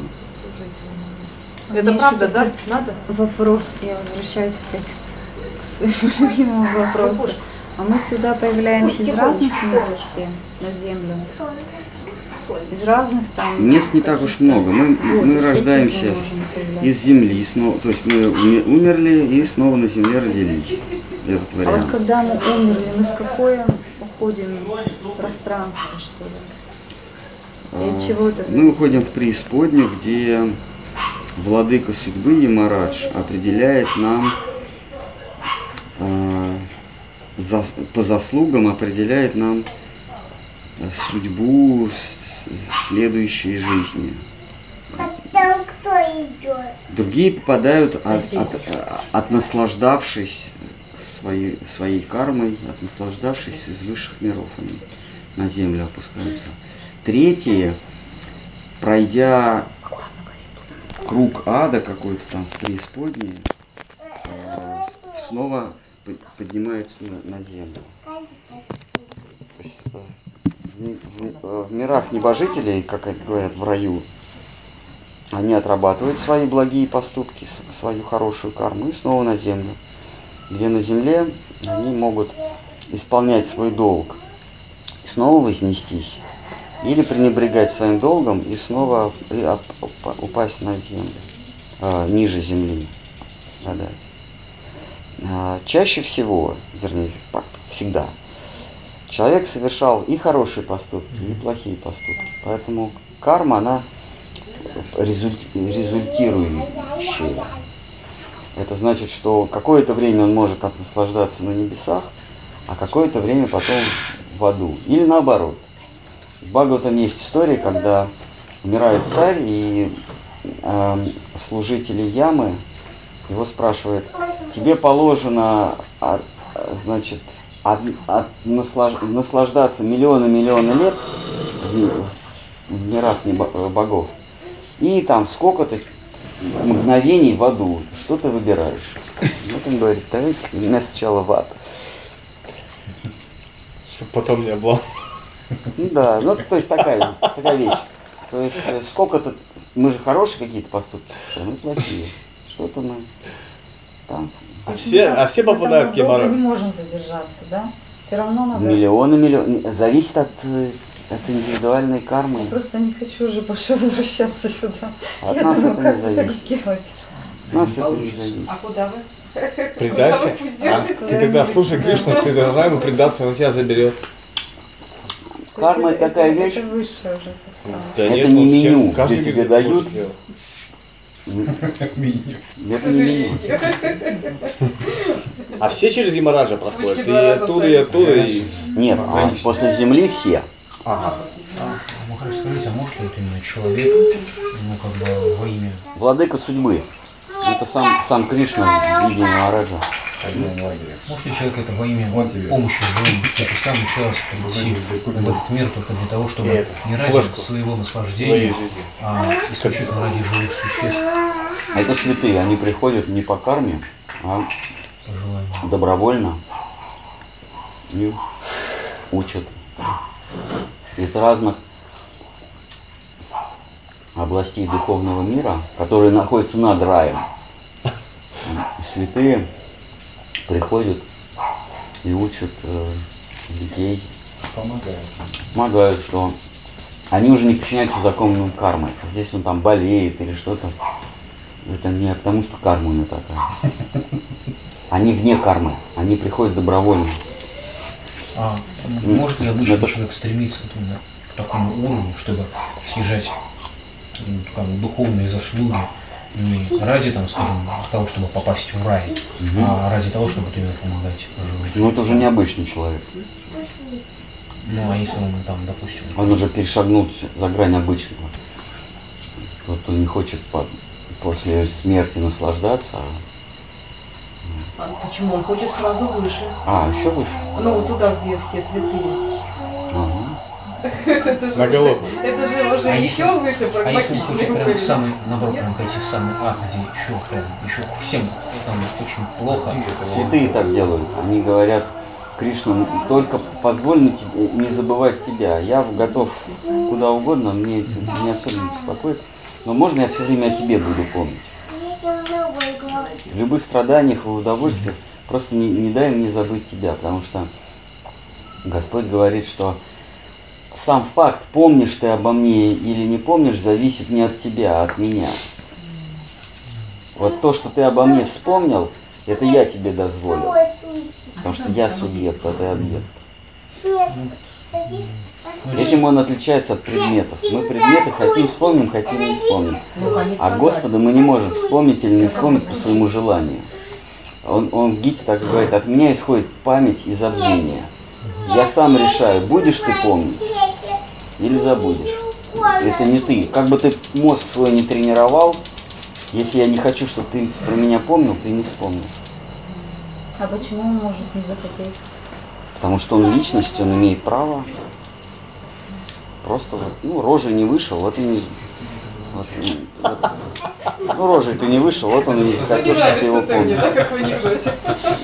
Это правда, да? Надо? Вопрос, я возвращаюсь опять к своему любимому вопросу. А мы сюда появляемся из разных миров все на Землю. Из разных там. Мест не так уж много. Мы рождаемся из земли, снова, то есть мы умерли и снова на земле родились. Этот А вот вариант. когда мы умерли, мы в какое уходим пространство, что ли? И от чего это зависит? Мы уходим в преисподнюю, где владыка судьбы Ямарадж определяет нам по заслугам определяет нам судьбу следующей жизни. Там кто идет? Другие попадают от наслаждавшись своей кармой, от наслаждавшись из высших миров, они на землю опускаются. Третьи, пройдя круг ада какой-то там в преисподней, снова поднимаются на землю. В мирах небожителей, как это говорят, в раю, они отрабатывают свои благие поступки, свою хорошую карму и снова на землю. Где на земле они могут исполнять свой долг, снова вознестись, или пренебрегать своим долгом и снова упасть на землю, ниже земли. Чаще всего, вернее, всегда, человек совершал и хорошие поступки, и плохие поступки. Поэтому карма, она результирующая. Это значит, что какое-то время он может наслаждаться на небесах, а какое-то время потом в аду. Или наоборот. В Бхагаватам есть история, когда умирает царь, и служители ямы его спрашивают: тебе положено, значит, наслаждаться миллионы лет в мирах богов, и там сколько-то мгновений в аду, что ты выбираешь? Вот он говорит: давайте меня сначала в ад. Чтобы потом не было. Ну да, ну то есть такая вещь. То есть сколько-то, мы же хорошие какие-то поступки совершаем, и плохие. Что-то мы там. А все попадают в Мы не Ямарадж? можем задержаться, да? Все равно надо. Миллионы. Зависит от индивидуальной кармы. Я просто не хочу уже больше возвращаться сюда. От Я нас думаю, это как не так зависит. сделать? От нас это не зависит. А куда вы? Предайся. Ты когда слушай Кришну, ты должна ему предаться, он тебя заберет. Карма это такая вещь. Это высшее уже совсем. Да Это нет, не всем, меню, каждый где тебе может дают. сделать. Это не меню. А все через Ямараджа проходят? И оттуда, и... Нет, после земли все. Ага. Махарадж, скажите, а может ли вот именно человек, ну как бы во имя... Владыка судьбы. Это сам Кришна в виде Ямараджа. хозяин лагеря. Может ли человек это во имя Вот тебе. помощи живым существам еще раз прийти в этот мир только для того, чтобы не ради своего наслаждения, а исключительно ради живых существ? Это святые, они приходят не по карме, а По желанию. добровольно и учат из разных областей духовного мира, которые находятся над раем. Святые приходят и учат детей, помогают, что они уже не подчиняются законам кармы. Здесь он там болеет или что-то, это не потому, что карма у него такая. Они вне кармы, они приходят добровольно. А может ли обычный человек стремиться вот именно к такому уровню, чтобы снижать духовные заслуги не ради, там, скажем, того, чтобы попасть в рай, а ради того, чтобы вот именно помогать живым? Ну это уже необычный человек. Ну а если он там, допустим... Он уже перешагнул за грань обычного. Тот, кто не хочет после смерти наслаждаться. А почему? Он хочет сразу выше. А, еще выше? Ну, туда, где все святые. Ага. Это же уже еще выше А если он прагматичный хочет прям уровень. в самый, наоборот, прям пойти в самый ад, где еще прям, еще всем там очень плохо. Святые так делают. Они говорят: Кришна, только позволь не забывать тебя. Я готов куда угодно, мне это не особенно беспокоит. Но можно я все время о тебе буду помнить? В любых страданиях и удовольствиях просто не дай мне забыть тебя, потому что Господь говорит, что сам факт, помнишь ты обо мне или не помнишь, зависит не от тебя, а от меня. Вот то, что ты обо мне вспомнил, это я тебе дозволил. Потому что я субъект, а ты объект. Этим он отличается от предметов. Мы предметы хотим вспомним, хотим не вспомним. А Господа мы не можем вспомнить или не вспомнить по своему желанию. Он в Гите так говорит: от меня исходит память и забвение. Я сам решаю, будешь ты помнить или забудешь. Это не ты. Как бы ты мозг свой не тренировал, если я не хочу, чтобы ты про меня помнил, ты не вспомнишь. А почему он может не захотеть? Потому что он личность, он имеет право. Просто вот, рожей не вышел, вот и не... рожей ты не вышел, вот он и не захотел, чтобы ты его помнил. Как в анекдоте.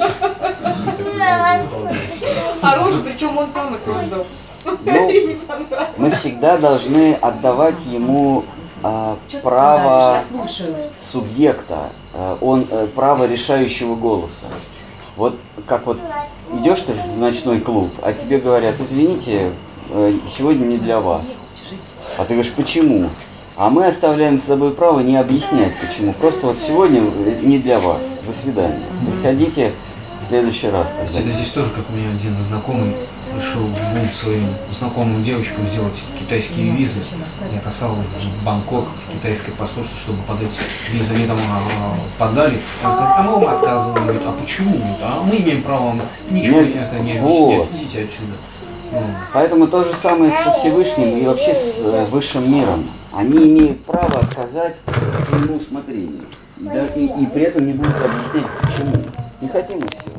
А рожу, причем он сам их создал. Мы всегда должны отдавать ему право субъекта, право решающего голоса. Вот как вот идешь ты в ночной клуб, а тебе говорят: извините, сегодня не для вас. А ты говоришь: почему? А мы оставляем за собой право не объяснять почему. Просто вот сегодня не для вас. До свидания. Приходите в следующий раз. Это здесь тоже, как у меня один знакомый пришел двум своим знакомым девочкам сделать китайские визы. Я касал их в Бангкок, в китайское посольство, чтобы подать визы. Они там подали. А мы вам отказываем. Говорит: а почему? А мы имеем право вам ничего это не объяснять. Идите отсюда. Поэтому то же самое со Всевышним и вообще с высшим миром. Они имеют право отказать своему усмотрению. И при этом не будут объяснять, почему. Не хотим и все.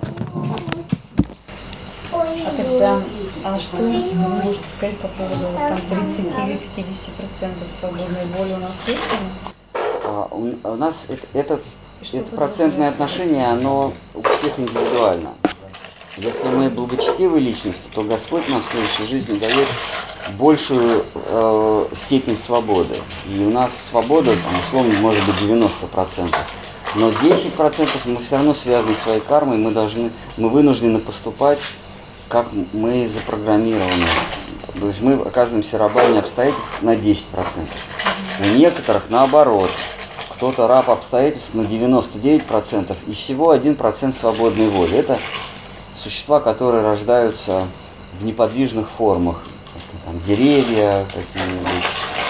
А тогда, что вы можете сказать по поводу там 30 или 50% свободной воли у нас есть? У нас это процентное отношение, оно у всех индивидуально. Если мы благочестивые личности, то Господь нам в следующей жизни дает большую степень свободы. И у нас свобода, условно, может быть 90%. Но 10% мы все равно связаны своей кармой, мы вынуждены поступать, как мы запрограммированы. То есть мы оказываемся рабами обстоятельств на 10%. У некоторых наоборот. Кто-то раб обстоятельств на 99% и всего 1% свободной воли. Это существа, которые рождаются в неподвижных формах. Там, деревья какие-нибудь.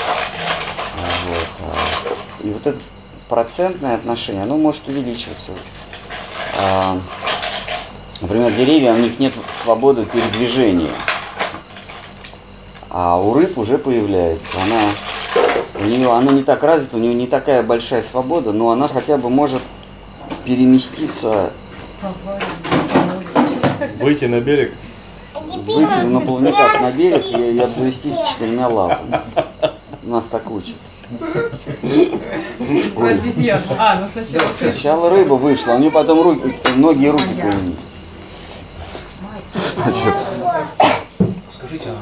Вот. И вот это процентное отношение, оно может увеличиваться. Например, деревья, у них нет свободы передвижения. А у рыб уже появляется. Она не так развита, у нее не такая большая свобода, но она хотя бы может переместиться Выйти на берег. Выйти на плавниках на берег и обзавестись 4 лапами. Нас так учат. Сначала рыба вышла, а у нее потом ноги и руки появились. Скажите,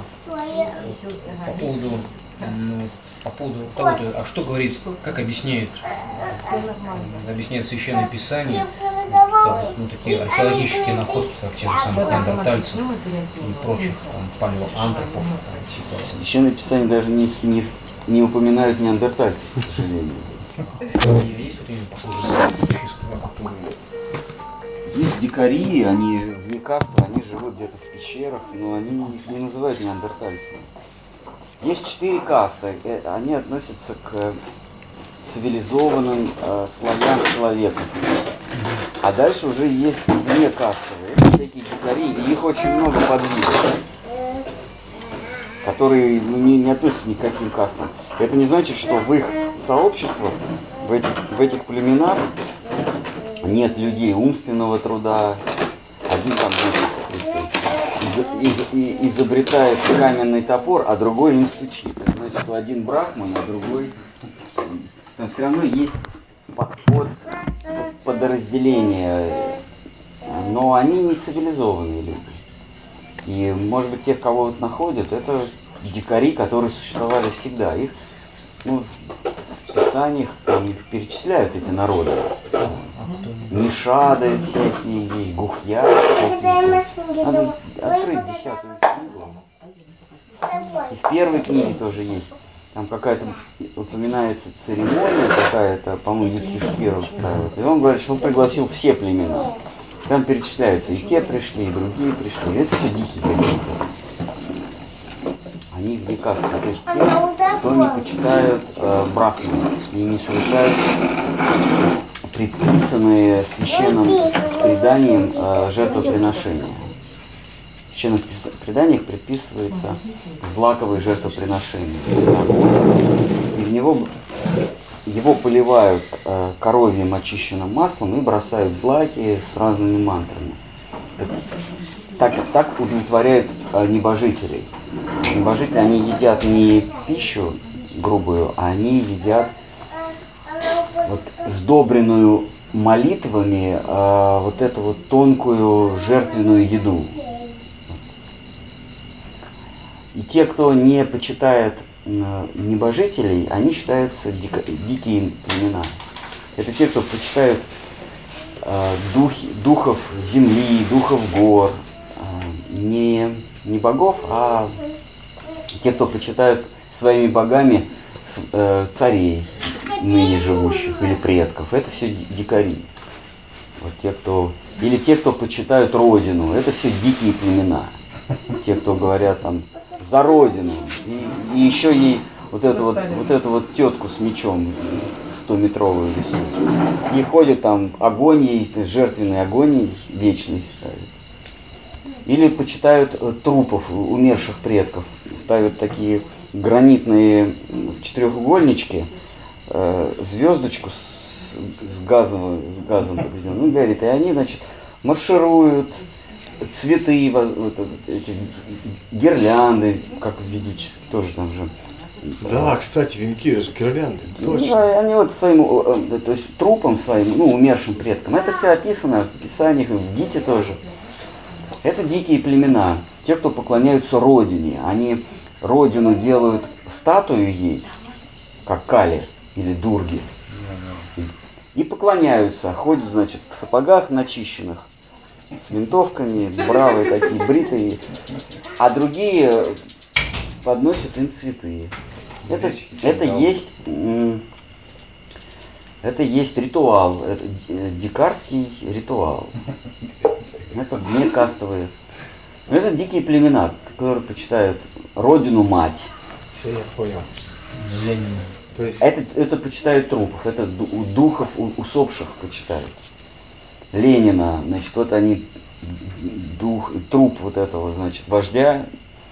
по поводу того-то, а что говорит, как объясняет Священное Писание, такие археологические находки, как те же самых неандертальцев и прочих палеоантропов, типа. Священное Писание даже не упоминают неандертальцев, к сожалению. Есть вот именно похожие существа, которые... Есть дикари, они вне касты, они живут где-то в пещерах, но они их не называют неандертальцами. Есть 4 касты, они относятся к цивилизованным слоям человека. А дальше уже есть вне кастовые, это всякие дикари, и их очень много подвидов, которые не относятся ни к каким кастам. Это не значит, что в их сообществах, в этих племенах нет людей умственного труда. Один там изобретает каменный топор, а другой им стучит. Это значит, что один брахман, а другой... Там все равно есть подразделения, но они не цивилизованные люди. И, может быть, тех, кого вот находят, это дикари, которые существовали всегда. Их, в Писаниях там их перечисляют, эти народы. Нишады всякие есть, гухья всякие. Надо открыть 10-ю книгу. И в первой книге тоже есть. Там какая-то упоминается церемония какая-то, по-моему, Юдхиштхира устраивает. И он говорит, что он пригласил все племена. Там перечисляются, и те пришли, и другие пришли. И это все дикие какие-то. Они вне касты. То есть те, кто не почитают брахмана и не совершают предписанные священным преданием жертвоприношения. В священных преданиях предписывается злаковые жертвоприношения. И в него его поливают коровьим очищенным маслом и бросают злаки с разными мантрами. Так удовлетворяют небожителей. Небожители, они едят не пищу грубую, а они едят сдобренную молитвами вот эту вот тонкую жертвенную еду. И те, кто не почитает небожителей, они считаются дикие племена. Это те, кто почитают духов земли, духов гор, не богов, а те, кто почитают своими богами царей ныне живущих или предков. Это все дикари. Вот или те, кто почитают родину, это все дикие племена. Те, кто говорят там за родину. И еще ей вот эту вот тетку с мечом 100-метровую рисуют. И ходят там огонь, есть жертвенный огонь вечный ставят. Или почитают трупов умерших предков. Ставят такие гранитные четырехугольнички, звездочку с газом подведенным. Ну, говорит, и они, значит, маршируют, цветы, эти гирлянды, как в ведических, тоже там же. Да, кстати, венки, это же гирлянды, точно. Да, они вот своим, то есть трупом своим, умершим предкам. Это все описано в Писаниях, в Гите тоже. Это дикие племена, те, кто поклоняются родине. Они родину делают статую ей, как Кали или Дурги. И поклоняются, ходят, значит, в сапогах начищенных, с винтовками, бравые такие, бритые. А другие подносят им цветы. Это есть ритуал, это дикарский ритуал. Это вне кастовые. Но это дикие племена, которые почитают родину мать. Все, я понял. Это почитают трупов, это духов усопших почитают. Ленина, значит, вот они труп вот этого, значит, вождя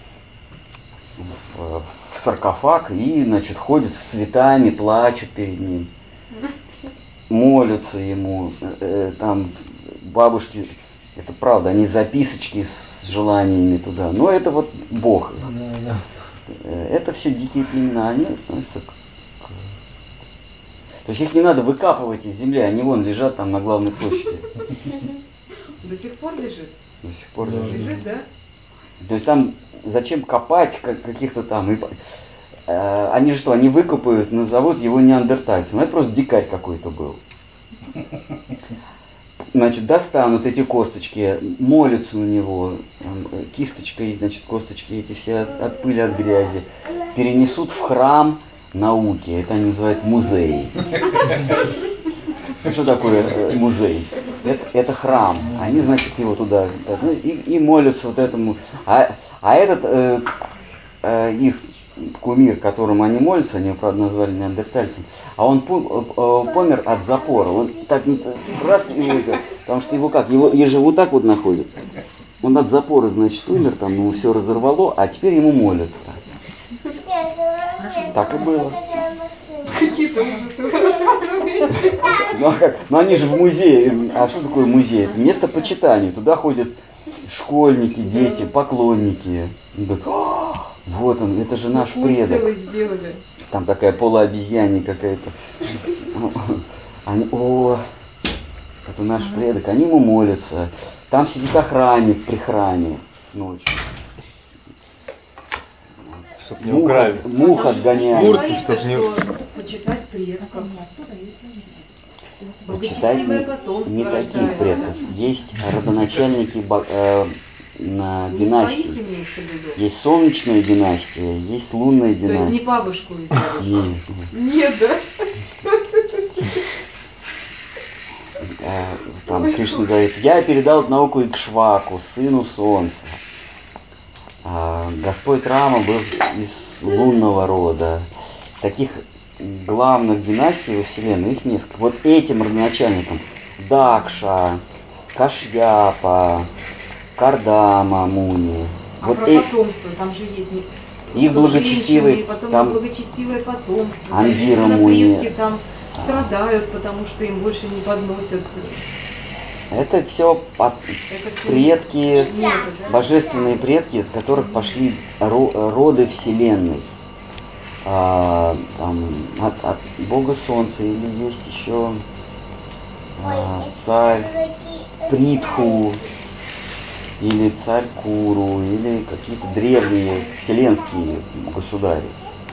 в саркофаг и, значит, ходят с цветами, плачут перед ним, молятся ему, там бабушки, это правда, они записочки с желаниями туда. Но это вот Бог. Это все дикие племена, они относятся То есть их не надо выкапывать из земли, они вон лежат там на главной площади. До сих пор лежит? До сих пор лежит. Лежит, да? То есть там зачем копать каких-то там... Они же что, они выкопают, назовут его неандертальцем. Это просто дикарь какой-то был. Значит, достанут эти косточки, молятся на него, кисточкой, значит, косточки эти все от пыли, от грязи, перенесут в храм науки. Это они называют музей. Что такое музей? Это храм. Они, значит, его туда и молятся вот этому. А этот их кумир, которому они молятся, они его, правда, назвали неандертальцем, а он помер от запора. Он так раз, потому что его как? Его же вот так вот находят. Он от запора, значит, умер, там ему все разорвало, а теперь ему молятся. Так и было. Какие-то ужасы вы рассказываете. Ну а как? Ну они же в музее. А что такое музей? Это место почитания. Туда ходят школьники, дети, поклонники. И говорят, вот он, это же наш предок. Там такая полуобезьянья какая-то. Это наш предок. Они ему молятся. Там сидит охранник при храме ночью. Чтоб не украли. Мух отгоняет. Куртки, чтоб не... Почитать предков. Почитать не таких предков. Есть родоначальники династий. Есть солнечная династия, есть лунная династия. То есть не бабушку взяли? Нет. Нет, да? Там Кришна говорит, я передал эту науку Икшваку, сыну солнца. Господь Рама был из лунного рода. Таких главных династий во Вселенной, их несколько. Вот этим родоначальникам Дакша, Кашьяпа, Кардама, Муни. А вот про потомство, там же есть их благочестивые, потом там благочестивое потомство. Ангира Соответственно, Муни. предки там страдают, потому что им больше не подносят. Это все предки, божественные предки, от которых пошли роды Вселенной. Там, от Бога Солнца, или есть еще царь Притху, или царь Куру, или какие-то древние вселенские государи.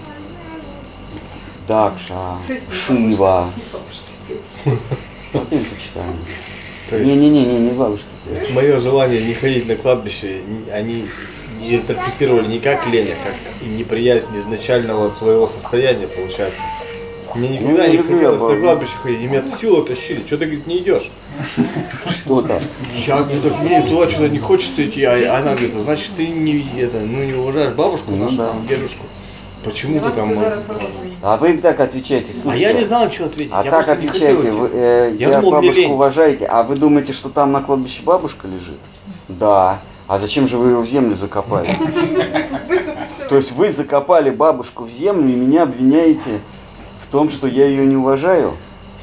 Дакша, Шива. Смотрели почитали. Не бабушки. То есть мое желание не ходить на кладбище, они не интерпретировали не как лень, а как неприязнь изначального своего состояния, получается. Мне никогда не хотелось на кладбище ходить, и меня силу тащили. Что ты, говорит, не идешь? Что-то. Мне туда что-то не хочется идти, а она говорит, значит ты не уважаешь бабушку нашу, там, дедушку. Почему ты там... А вы им так отвечаете, слушайте. А я не знал, что ответить. А так отвечаете, я бабушку уважаете, а вы думаете, что там на кладбище бабушка лежит? Да. А зачем же вы ее в землю закопали? То есть вы закопали бабушку в землю и меня обвиняете в том, что я ее не уважаю?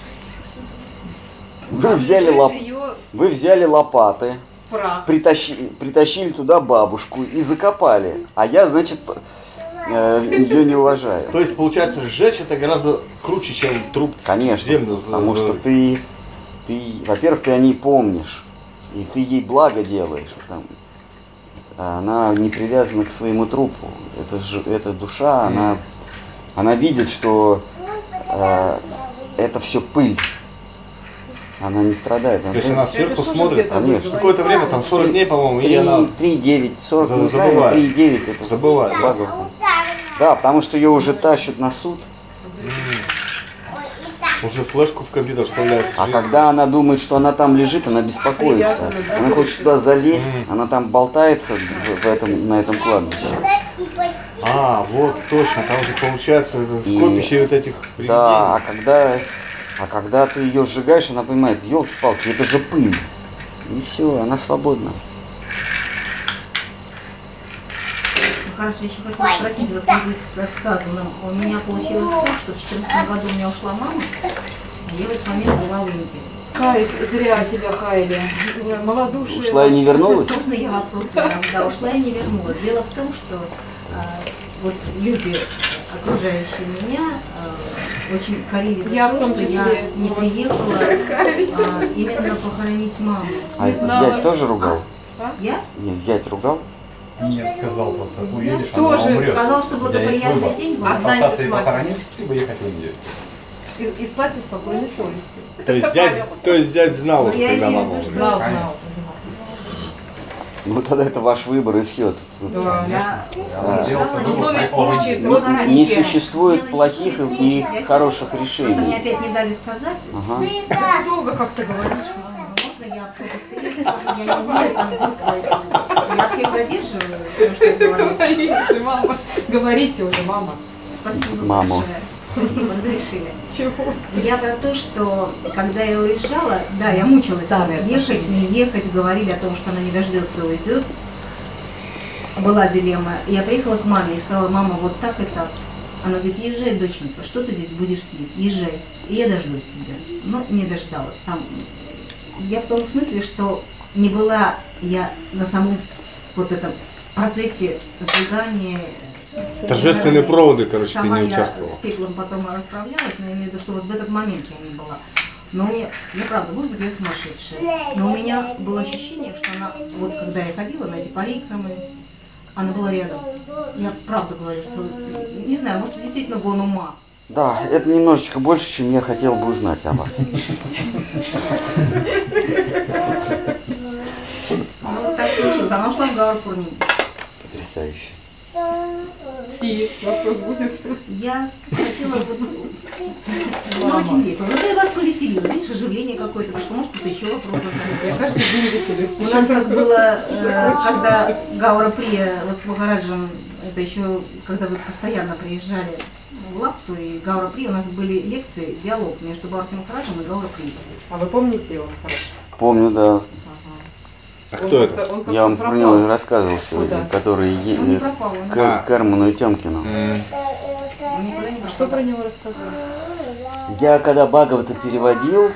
Вы взяли лопаты, притащили туда бабушку и закопали. А я, значит, ее не уважаю. То есть, получается, сжечь это гораздо круче, чем труп. Конечно, землю. Потому что ты, во-первых, ты о ней помнишь, и ты ей благо делаешь. Она не привязана к своему трупу. Эта душа, она видит, что это все пыль. Она не страдает. То есть она сверху смотрит, конечно. Какое-то время, там 40 дней, по-моему, и она... 3,9, 40 забывает. 3,9 это забывает. Да, потому что ее уже тащат на суд. Уже флешку в компьютер вставляется. А когда она думает, что она там лежит, она беспокоится. Она хочет туда залезть, она там болтается на этом кладбище. Вот точно, там же получается скопище вот этих привидений. Да, а когда ты ее сжигаешь, она понимает, елки-палки, это же пыль. И все, она свободна. Хорошо, еще хотела спросить, вот в связи с рассказанным, у меня получилось так, что в 2014 году у меня ушла мама, а я в этот момент была в Индии. Каюсь, зря тебя каяли. Малодушие. Ушла и не вернулась? Можно я вопрос задам? Да, ушла и не вернулась. Дело в том, что вот люди, окружающие меня, очень корили за то, что я не приехала именно похоронить маму. А зять тоже ругал? Я? Нет, зять ругал? Нет, сказал просто, уедешь, Тоже она умрет. сказал, что У тебя есть благоприятный выбор. день был. Остаться и похоронить, либо ехать в Индию. И спать со спокойной совестью. То есть зять знал уже, Я когда имею в мама виду, умрет. Знал. Ну тогда это ваш выбор и все. Да. Я Сделал уезжала, свой выбор, совесть поехал в мучает Индию. родственники. Не существует Дело плохих не в и совести. хороших Мне решений. опять не дали сказать. Ага. Ты долго как-то говоришь. Можно я побыстрее скажу? Я не умею так быстро. Я всех задерживаю, потому что я говорю. Говорите, мама. Говорите уже, мама. Спасибо Маму. большое. Спасибо, разрешили. Чего? Я про то, что когда я уезжала, да, я мучилась, Старые ехать, не ехать, говорили о том, что она не дождется, уйдет. Была дилемма. Я приехала к маме и сказала: мама, вот так и так. Она говорит: езжай, доченька, что ты здесь будешь сидеть? Езжай, и я дождусь тебя. Но не дождалась. Там, я в том смысле, что не была я на самом вот этом процессе сжигания. Торжественные проводы, короче, ты Сама не я участвовала. с пеплом потом расправлялась, но я имею в виду, что вот в этот момент я не была. Но мне, ну правда, может быть, я сумасшедшая, но у меня было ощущение, что она, вот когда я ходила на эти поликромы, она была рядом. Я правда говорю, что, не знаю, может, действительно гон ума. Да, это немножечко больше, чем я хотел бы узнать о вас. Ну, так случилось. Она ушла в Гаурпурни. Потрясающе. И вопрос будет. Я хотела вот... Ну, очень весело. Зато я вас повеселила. Видишь, оживление какое-то. Потому что, может, кто-то еще вопрос задает. Я каждый день веселюсь. У нас как было, когда Гаура Прия вот с Махараджем, это еще, когда вы постоянно приезжали в Лапсу и Гаура Прия, у нас были лекции, диалог между Бхарати Махараджем и Гаура Прией. А вы помните его хорошо? Помню, да. А кто это? Он Я вам про него рассказывал сегодня, Куда? Он который не пропал, он к Эрману и Тёмкину. никуда не пропал. Что про него рассказывали? Я когда Бхагавата переводил,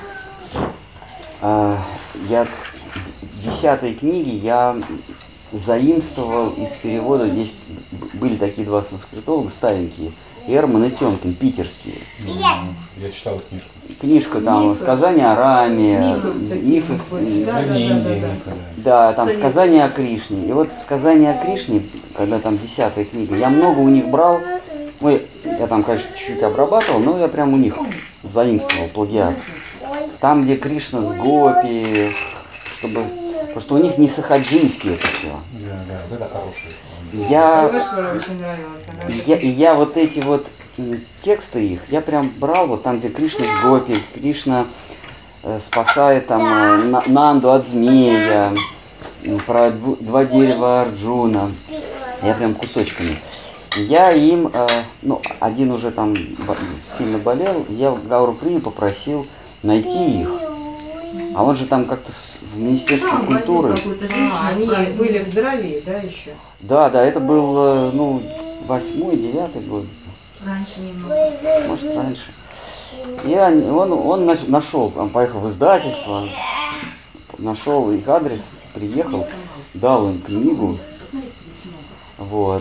я в 10-й книге я заимствовал из перевода, здесь были такие два санскритолога старенькие, Эрман и Тёмкин, питерские. Я читал книжку. Книжка там Мифы. «Сказания о Раме», Такие мифы, были. Да, Не Индия, да. мифы, да. да, там Советские. «Сказания о Кришне». И вот «Сказания о Кришне», когда там 10-я книга, я много у них брал, ну, я там, конечно, чуть-чуть обрабатывал, но я прям у них заимствовал, плагиат. Там, где Кришна с гопи, потому что у них не сахаджийские это все. Да, вот это хорошее. Йогешвару очень нравилось. Я вот эти вот тексты их, я прям брал вот там, где Кришна с гопи, Кришна спасает там Нанду от змея, про два дерева Арджуна. Я прям кусочками. Я им, ну, один уже там сильно болел, я Гауру Прию попросил найти их. А он же там как-то в Министерстве культуры. Они были в здравии, да, еще? Да, это был, ну, 8-й, 9-й год. Раньше немного. Может, раньше. И он нашел, он поехал в издательство, нашел их адрес, приехал, дал им книгу. Вот.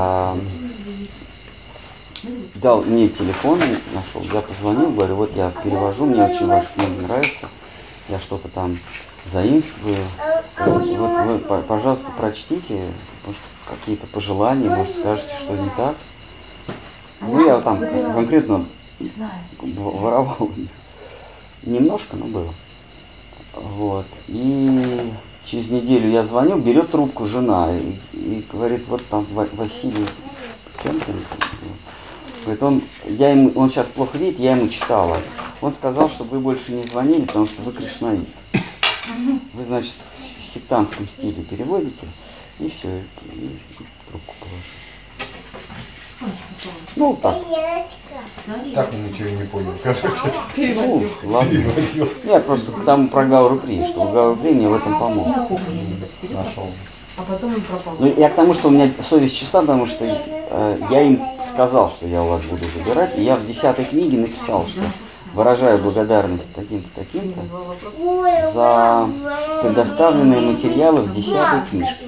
Дал мне телефон, нашел. Я позвонил, говорю: вот я перевожу, мне очень ваша книга нравится. Я что-то там заимствую. Вот вы, пожалуйста, прочтите, может, какие-то пожелания, может, скажете, что не так. Ну, я там конкретно воровал немножко, но было. Вот. И через неделю я звоню, берет трубку жена и говорит: вот там Василий Тёмкин. Говорит, он сейчас плохо видит, я ему читала. Он сказал, чтобы вы больше не звонили, потому что вы кришнаит. Вы, значит, в сектантском стиле переводите, и все, и трубку положили. Ну, так. Так я ничего и не понял, короче. Ну, ладно. Я просто к тому про Гауру Прию, что Гауру Прию мне в этом помог. Нашел. А потом он пропал. Ну, я к тому, что у меня совесть чиста, потому что я им сказал, что я у вас буду забирать. И я в 10-й книге написал, что выражаю благодарность таким-то, таким-то за предоставленные материалы в 10-й книжке.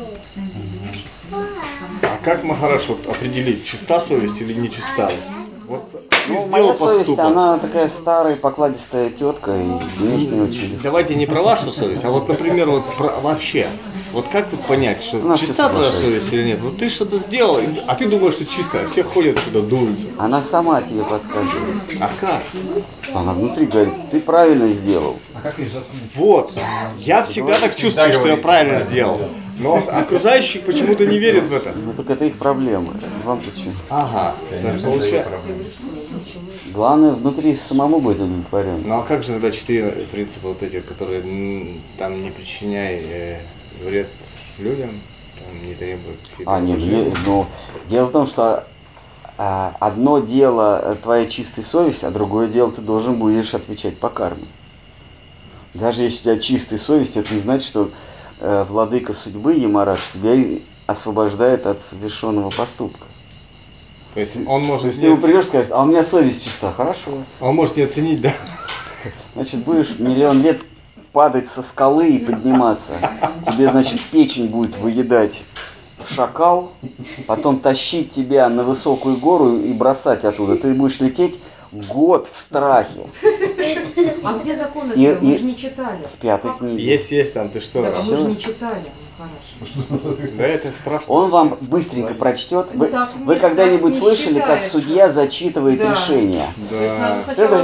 А как Махараш вот определить, чиста совесть или не чиста? Вот ты Ну, сделал моя совесть, поступок. она такая старая, покладистая тетка, и мне с ней очень легко. Давайте не про вашу совесть, а вот, например, вот вообще. Вот как тут понять, что Она чиста твоя соглашается. совесть или нет? Вот ты что-то сделал, а ты думаешь, что чистая, все ходят сюда, дуются. Она сама тебе подсказывает. А как? Она внутри говорит, ты правильно сделал. А как ее заткнуть? Вот, я всегда так чувствую, что я правильно сделал. Но окружающие почему-то не верят в это. Ну так это их проблемы. Вам-то что? Ага, так получается. Главное внутри самому быть удовлетворен. Ну а как же тогда 4 принципа вот эти, которые там не причиняй вред людям, там, не требуют к себе уважения? Ну, дело в том, что одно дело твоя чистая совесть, а другое дело ты должен будешь отвечать по карме. Даже если у тебя чистая совесть, это не значит, что владыка судьбы, Ямарадж, тебя освобождает от совершенного поступка. То есть он может То есть ты ему придешь и скажешь, а у меня совесть чиста, хорошо. Он может не оценить, да? Значит, будешь миллион лет падать со скалы и подниматься. Тебе, значит, печень будет выедать шакал, потом тащить тебя на высокую гору и бросать оттуда. Ты будешь лететь год в страхе. А где законы? Мы же не читали. В 5-й книге. Есть там, ты что? Да, мы же не читали. Хорошо. Да, это страшно. Он вам быстренько прочтет. Вы нет, когда-нибудь так не слышали, как считается. судья зачитывает решение? То есть надо сначала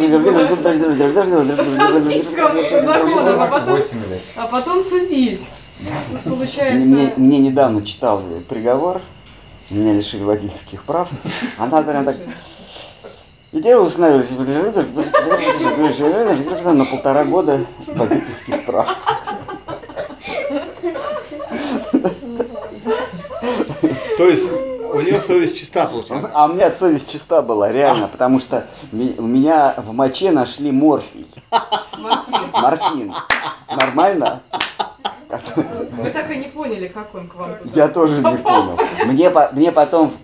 а потом судить. Тут получается... Мне недавно читал приговор, меня лишили водительских прав. Она прям так... И дело устанавливается на 1,5 года водительских прав. То есть у нее совесть чиста, получается? А у меня совесть чиста была, реально, потому что у меня в моче нашли морфий. Морфин. Нормально? Мы так и не поняли, как он к вам туда. Я тоже не понял. Мне потом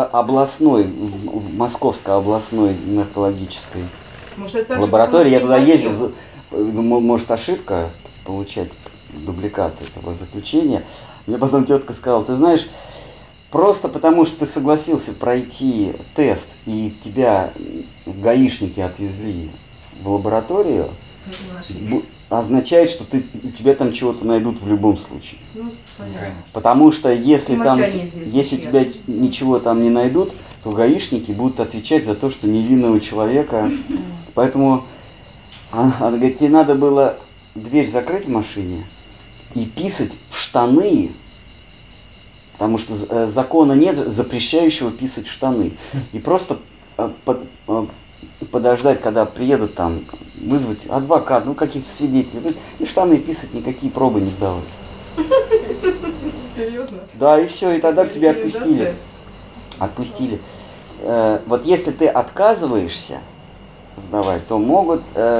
в Московской областной наркологической лаборатории, я туда ездил, может ошибка получать дубликат этого заключения. Мне потом тетка сказала, ты знаешь, просто потому что ты согласился пройти тест и тебя гаишники отвезли в лабораторию, означает, что тебя там чего-то найдут в любом случае. Ну, понятно. Потому что если тебя ничего там не найдут, то гаишники будут отвечать за то, что невинного человека. Поэтому она говорит, тебе надо было дверь закрыть в машине и писать в штаны, потому что закона нет, запрещающего писать в штаны. И просто подождать, когда приедут там, вызвать адвокат, каких-то свидетелей, и штаны писать, никакие пробы не сдавать. Серьезно? Да, и все, и тогда тебя отпустили. Отпустили. Вот если ты отказываешься сдавать, то могут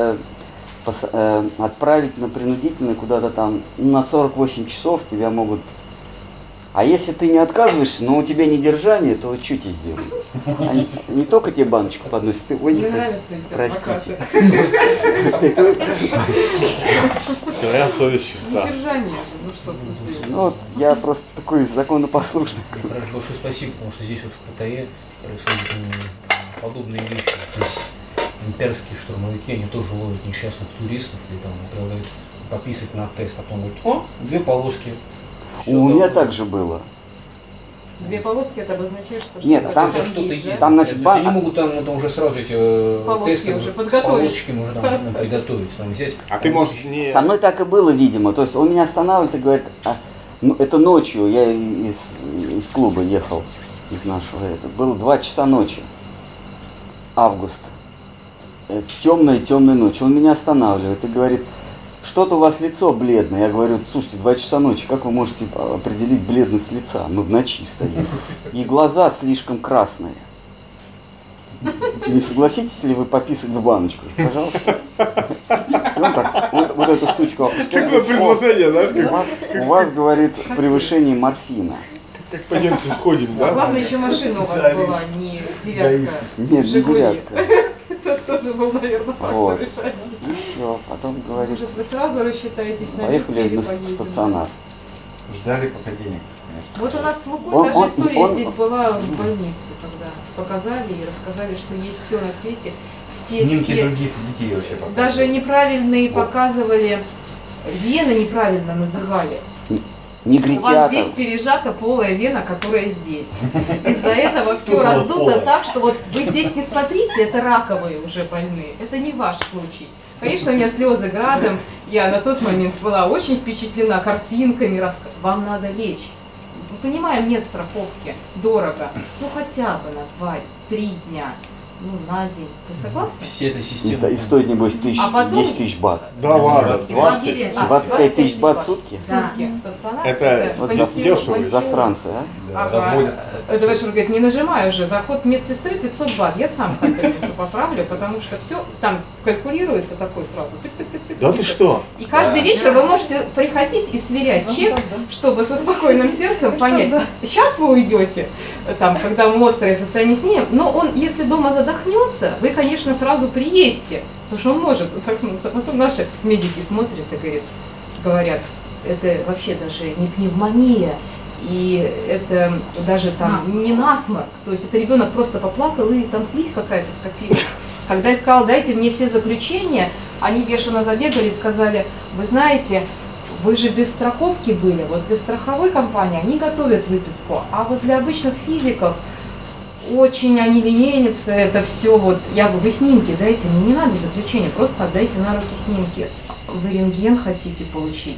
отправить на принудительное куда-то там, на 48 часов тебя могут... А если ты не отказываешься, но у тебя недержание, то что тебе сделают? Они не только тебе баночку подносят, ты, ой, простите. Твоя совесть чиста. Недержание же, ну что ты сделаешь? Ну вот, я просто такой законопослушный. Большое спасибо, потому что здесь вот в Паттайе происходят подобные вещи. Здесь имперские штурмовики, они тоже ловят несчастных туристов и там предлагают пописать на тест, а потом говорят, 2 полоски. У меня так же было. 2 полоски, это обозначает, что нет, там что-то есть, да? Там, значит, они могут там уже сразу эти тесты уже с полосочками уже там приготовить. Там взять. А ты можешь не... Со мной так и было, видимо. То есть он меня останавливает и говорит, это ночью, я из клуба ехал, из нашего, это было 2 часа ночи, август, темная ночь. Он меня останавливает и говорит, что-то у вас лицо бледное. Я говорю, слушайте, 2 часа ночи, как вы можете определить бледность лица? Мы в ночи стоим. И глаза слишком красные. Не согласитесь ли вы пописать в баночку? Пожалуйста. И он так, вот эту штучку опускает. Какое предложение, знаешь, как... У вас, говорит, превышение морфина. Как по немцу сходим, да? Главное, еще машина у вас была, не 9. Нет, не 9. Это тоже был, наверное, фактор Вот. решающий. И все, потом говорит, Может, вы сразу рассчитаетесь на месте поехали или на поедем? стационар. Ждали пока денег, конечно. Вот у нас с Лукой Он- даже история он- здесь была в больнице, когда показали и рассказали, что есть все на свете. Снимки Все других детей вообще показывали. даже неправильные Вот. показывали, вены неправильно называли. У вас Негритята. здесь пережата полая вена, которая здесь. Из-за этого все Тут она раздуто полая. так, что вот вы здесь не смотрите, это раковые уже больные. Это не ваш случай. Конечно, у меня слезы градом. Я на тот момент была очень впечатлена картинками. Вам надо лечь. Мы понимаем, нет страховки, дорого. Ну хотя бы на 2-3 дня. Ну, на день. Вы согласны? Все эта И, система. и стоит, небось, А потом- 10 тысяч бат. Да ладно, 20. 25 тысяч бат в сутки? Сутки. Стационар. Это Вот дешево. засранцы, а? Да, Ага. разводят. Давай, говорит, не нажимай уже, заход медсестры 500 бат, я сам капельницу поправлю, потому что все там калькулируется такой сразу. Тык-тык-тык-тык. Да ты что? И каждый вечер вы можете приходить и сверять чек, чтобы со спокойным сердцем понять, сейчас вы уйдете, там, когда мы острое состояние снимем, но он, если дома задохнется, вы, конечно, сразу приедете, потому что он может задохнуться. Потом наши медики смотрят и говорят, это вообще даже не пневмония, и это даже там не насморк, то есть это ребенок просто поплакал и там слизь какая-то скопилась. Когда я сказала, дайте мне все заключения, они бешено забегали и сказали, вы знаете, вы же без страховки были, вот для страховой компании они готовят выписку, а вот для обычных физиков очень они ленятся, это все вот, я говорю, вы снимки дайте, мне не надо заключения, просто отдайте на руки снимки. Вы рентген хотите получить?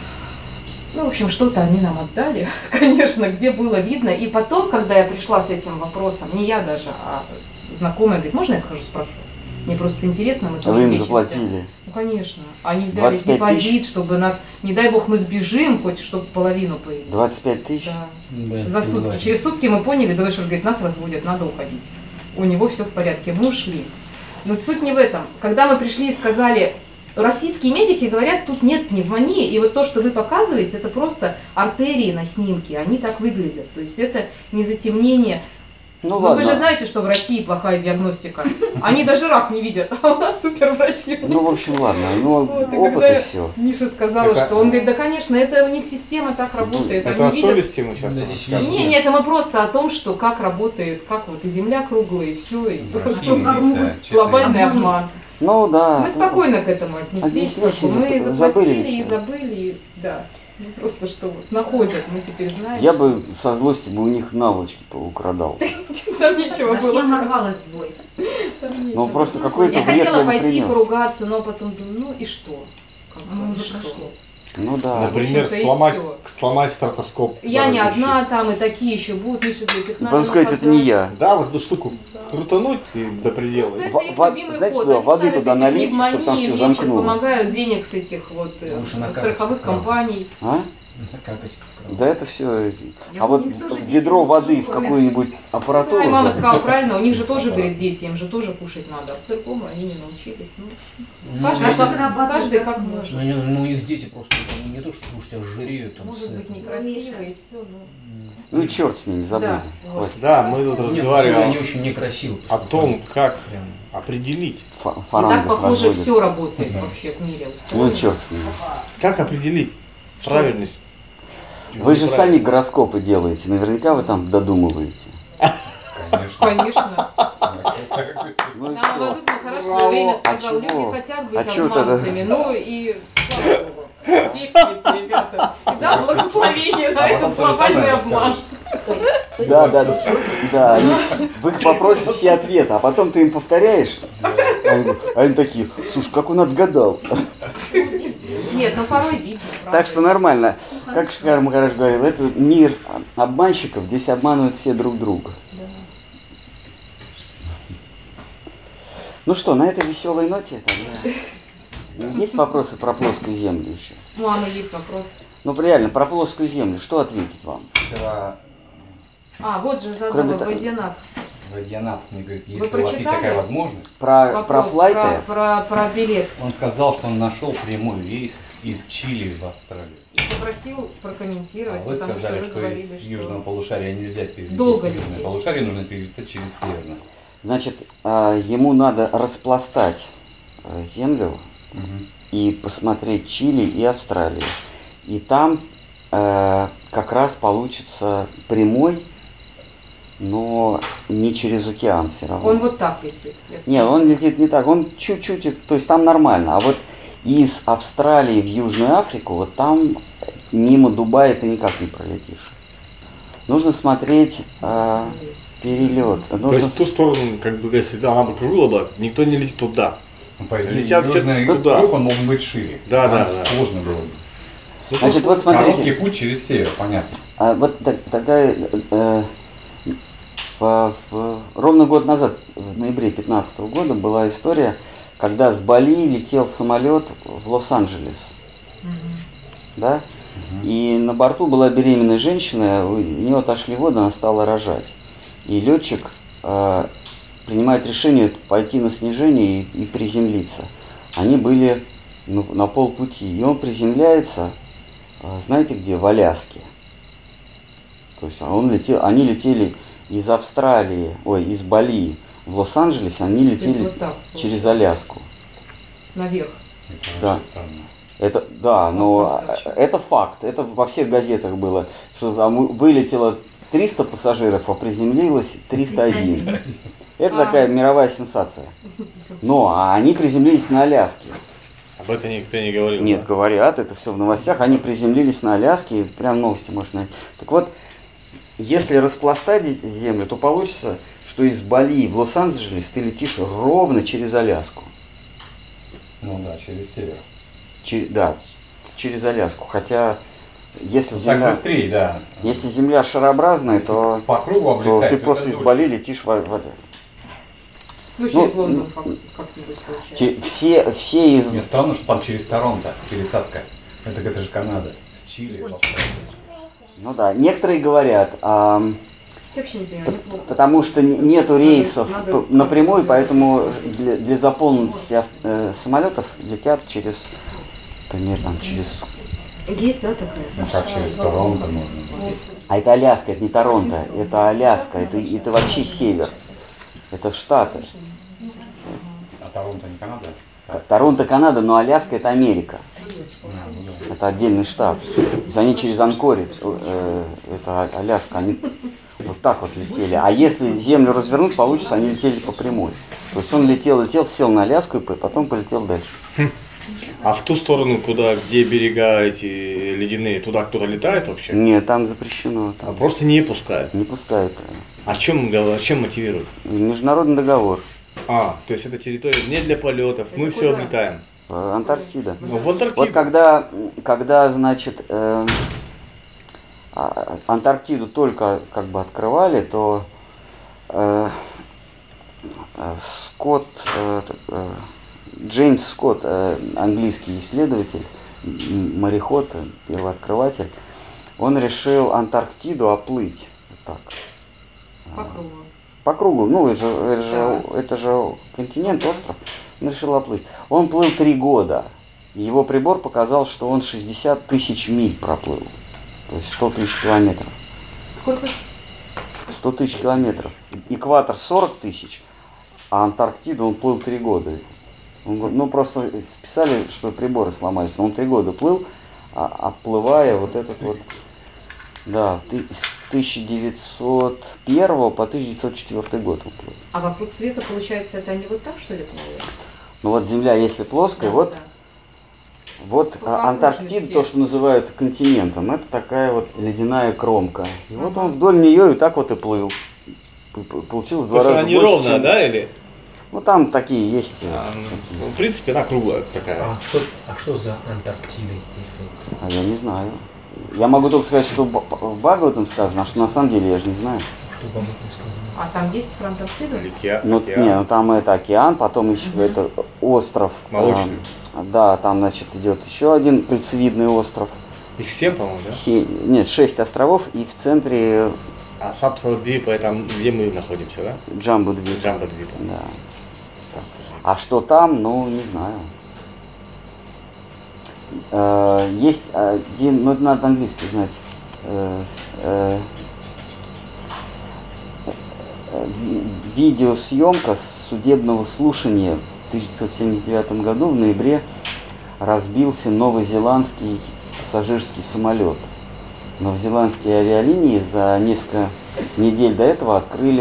Ну, в общем, что-то они нам отдали, конечно, где было видно. И потом, когда я пришла с этим вопросом, не я даже, а знакомая, говорит, можно я схожу спрошу? Мне просто интересно, мы тоже Вы им лечимся. заплатили? Ну, конечно. Они взяли 25 депозит, тысяч? чтобы нас, не дай бог, мы сбежим, хоть чтобы половину появилось. 25 тысяч? Да. Да, За сутки. согласен. Через сутки мы поняли, давай, что говорит, нас разводят, надо уходить. У него все в порядке, мы ушли. Но суть не в этом. Когда мы пришли и сказали, российские медики говорят, тут нет пневмонии, и вот то, что вы показываете, это просто артерии на снимке, они так выглядят. То есть это не затемнение. Ну Но ладно. вы же знаете, что в России плохая диагностика. Они даже рак не видят, а у нас супер врачи. Ну, в общем, ладно. Ну, Вот, и опыт когда и все. Миша сказала, Это- что он говорит, да, конечно, это у них система так работает. Это о Они видят. совести мы сейчас Да, вам здесь рассказываем. Не, это мы просто о том, что как работает, как вот и земля круглая, и все, и Врачи, милиция, честно глобальный говоря. обман. Ну, да. Мы спокойно к этому отнеслись, Отнеслись как бы мы и заплатили забыли и всё. забыли, и да. Ну, просто что вот находят, мы теперь знаем. Я бы со злости бы у них наволочки поукрадал. Там нечего было. Я нарвалась в бой. Там нечего. Ну, просто какой-то Я бред хотела я бы пойти принес. поругаться, но потом думаю, ну и что? Как бы, Ну, и уже что? прошло. Ну, да. Например, в общем-то, и сломать, всё. сломать стартоскоп. Я не дорогущий. одна там, и такие еще будут. Миша говорит, их надо Потом сказать, это не наказать. я. Да, вот эту штуку крутануть и до предела. Просто Во- это их во- любимый знаете, ход. да, Они воды ставят туда эти налить, чтоб там пневмонии, всё лечат, замкнуло. помогают денег с этих вот Лучше накапать страховых как раз. компаний. А? Какать как Да это все. Я А вот помню, всю жизнь ведро детям воды в сказала, какую-нибудь Да, аппаратуру. и мама залить. сказала правильно, у них же тоже, говорит, дети, им же тоже кушать надо. А по-другому они не научились. Ну, каждый, они как, зарабатывают каждый как как можно. может. Ну, у них дети просто они не то, что слушать, а жиреют там. Может с быть, этого. некрасивые и все, но... Ну и черт с ними, забыли. Да, вот. Хватит. Да, мы тут Нет, они разговариваем очень некрасиво о том, поступают. как Прям. определить. И так, Фарангов похоже, разводят. все работает Да. вообще в мире. Ну и устроено. черт с ними. Как определить правильность? Вы же сами неправильность? гороскопы делаете, наверняка вы там додумываете. Конечно. Конечно. Ну и Нам все. Авадут Махараш в свое время А сказал, чего? люди хотят быть А чё тогда? обманутыми, ну и слава Богу, действуйте, ребята. И да, благословение на А этот потом то же глобальный самое обман. расскажешь. Да, да, да. Они в их вопросе все ответы, а потом ты им повторяешь, а они такие, слушай, как он отгадал. Нет, но порой видно, правда. Так что нормально. Как Шкар Махараш говорил, это мир обманщиков, здесь обманывают все друг друга. Ну что, на этой веселой ноте тогда есть вопросы про плоскую землю еще? У мамы есть вопрос. Ну реально, про плоскую землю, что ответить вам? Вчера А, вот же Кроме задала того- Вайденат. Вайдианат мне говорит, Вы если у вас есть прочитали? такая возможность, Про Вопрос флайты? про билет. он сказал, что он нашел прямой рейс из Чили в Австралию. И попросил А прокомментировать, вы потому сказали, что вы что говорили, из что... южного полушария нельзя перелететь Долго в южное лететь. полушарие, нужно перелететь через северное. Значит, ему надо распластать землю и посмотреть Чили и Австралию. И там как раз получится прямой, но не через океан все равно. Он вот так летит? Нет, он летит не так, он чуть-чуть, то есть там нормально. А вот из Австралии в Южную Африку, вот там мимо Дубая ты никак не пролетишь. Нужно смотреть перелет. То есть в ту сторону, как бы, если она бы круглая была, никто не летит туда. Ну, по идее, Летят все южный туда. круг, он должен быть шире. Да, Там да. сложно было бы. Ну, Значит, просто вот смотрите. Короткий путь через север, понятно. Вот тогда ровно год назад, в ноябре 2015 года, была история, когда с Бали летел самолет в Лос-Анджелес. Да? И на борту была беременная женщина, у нее отошли воды, она стала рожать. И летчик принимает решение пойти на снижение и приземлиться. Они были на полпути. И он приземляется, знаете где? В Аляске. То есть они летели из Австралии, из Бали в Лос-Анджелес, они летели вот так, через Аляску. Наверх. Да. Это, да, но это факт. Это во всех газетах было, что там вылетело 300 пассажиров, а приземлилось 301. Это такая мировая сенсация. Но они приземлились на Аляске. Об этом никто не говорил. Нет, да? говорят, это все в новостях. Они приземлились на Аляске, прям новости можно найти. Так вот, если распластать землю, то получится, что из Бали в Лос-Анджелес ты летишь ровно через Аляску. Ну да, через север. Да, через Аляску. Хотя, если так быстрее, да. Если Земля шарообразная, то, по кругу то облетать, ты то просто это из Бали летишь в Аляску. Ну, через Лондон как-нибудь получается. Все из... Мне странно, что там через Торонто пересадка. Это же Канада. С Чили в Австралию. Ну да, некоторые говорят, Я вообще не понимаю, неплохо. потому что нету рейсов надо напрямую, как-то поэтому для заполненности самолетов летят через, например, там через... Есть, да, такая? Ну как через Торонто можно? А это Аляска, это не Торонто, это Аляска, это вообще север, это Штаты. А Торонто не Канада? Торонто Канада, но Аляска это Америка. Это отдельный штат. Они через Анкоридж, это Аляска, они вот так вот летели. А если землю развернуть, получится, они летели по прямой. То есть он летел, сел на Аляску и потом полетел дальше. А в ту сторону, где берега эти ледяные, туда кто-то летает вообще? Нет, там запрещено. А просто не пускают? Не пускают. Чем мотивируют? Международный договор. То есть эта территория не для полетов, мы все облетаем. Антарктида. Ну, в Антарктиду. Вот когда значит, Антарктиду только как бы открывали, то Джеймс Скотт, английский исследователь, мореход, первооткрыватель, он решил Антарктиду оплыть. Вот так. По кругу. По кругу, ну это же континент, остров. Он решил оплыть. Он плыл 3 года. Его прибор показал, что он 60 тысяч миль проплыл. То есть 100 тысяч километров. Сколько? 100 тысяч километров. Экватор 40 тысяч, а Антарктиду он плыл 3 года. Он просто списали, что приборы сломались. Он 3 года плыл, оплывая вот этот вот... Да, с 1901 по 1904 год он плыл. А вокруг света, получается, это они вот так, что ли, плавают? Ну вот Земля, если плоская, вот Антарктида, то, что называют континентом, это такая вот ледяная кромка. И вот он вдоль нее и так вот и плыл. Получилось в 2 раза она не больше, ровная, да, или? Ну там такие есть. Ну, в принципе, она круглая такая. А что за Антарктидой? А я не знаю. Я могу только сказать, что в Бхагаватам сказано, а что на самом деле я же не знаю. Что в Бхагаватам сказано? А там есть про Антарктиду? Ну там это океан, потом еще это остров. Молочный. Да, там, значит, идет еще один кольцевидный остров. Их 7, по-моему, да? Нет, 6 островов, и в центре... А Саптхала-двипа, это где мы находимся, да? Джамбу-двипа. Джамбу-двипа. Да. А что там, ну, не знаю. Есть один, ну, это надо английский знать. видеосъемка с судебного слушания. В 1979 году в ноябре разбился новозеландский пассажирский самолет. Новозеландские авиалинии за несколько недель до этого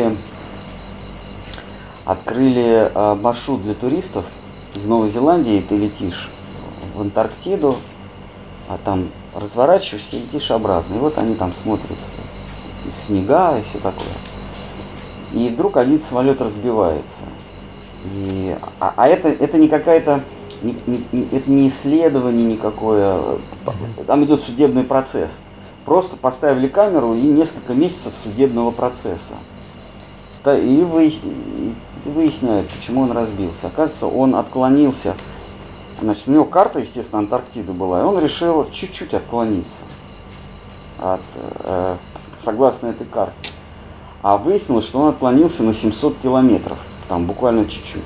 открыли маршрут для туристов. Из Новой Зеландии ты летишь в Антарктиду, а там разворачиваешься и летишь обратно. И вот они там смотрят снега и все такое. И вдруг один самолет разбивается. Это не какая-то, это не исследование никакое, там идет судебный процесс. Просто поставили камеру и несколько месяцев судебного процесса. И выясняют, почему он разбился. Оказывается, он отклонился. Значит, у него карта, естественно, Антарктиды была, и он решил чуть-чуть отклониться согласно этой карте. А выяснилось, что он отклонился на 700 километров, там буквально чуть-чуть.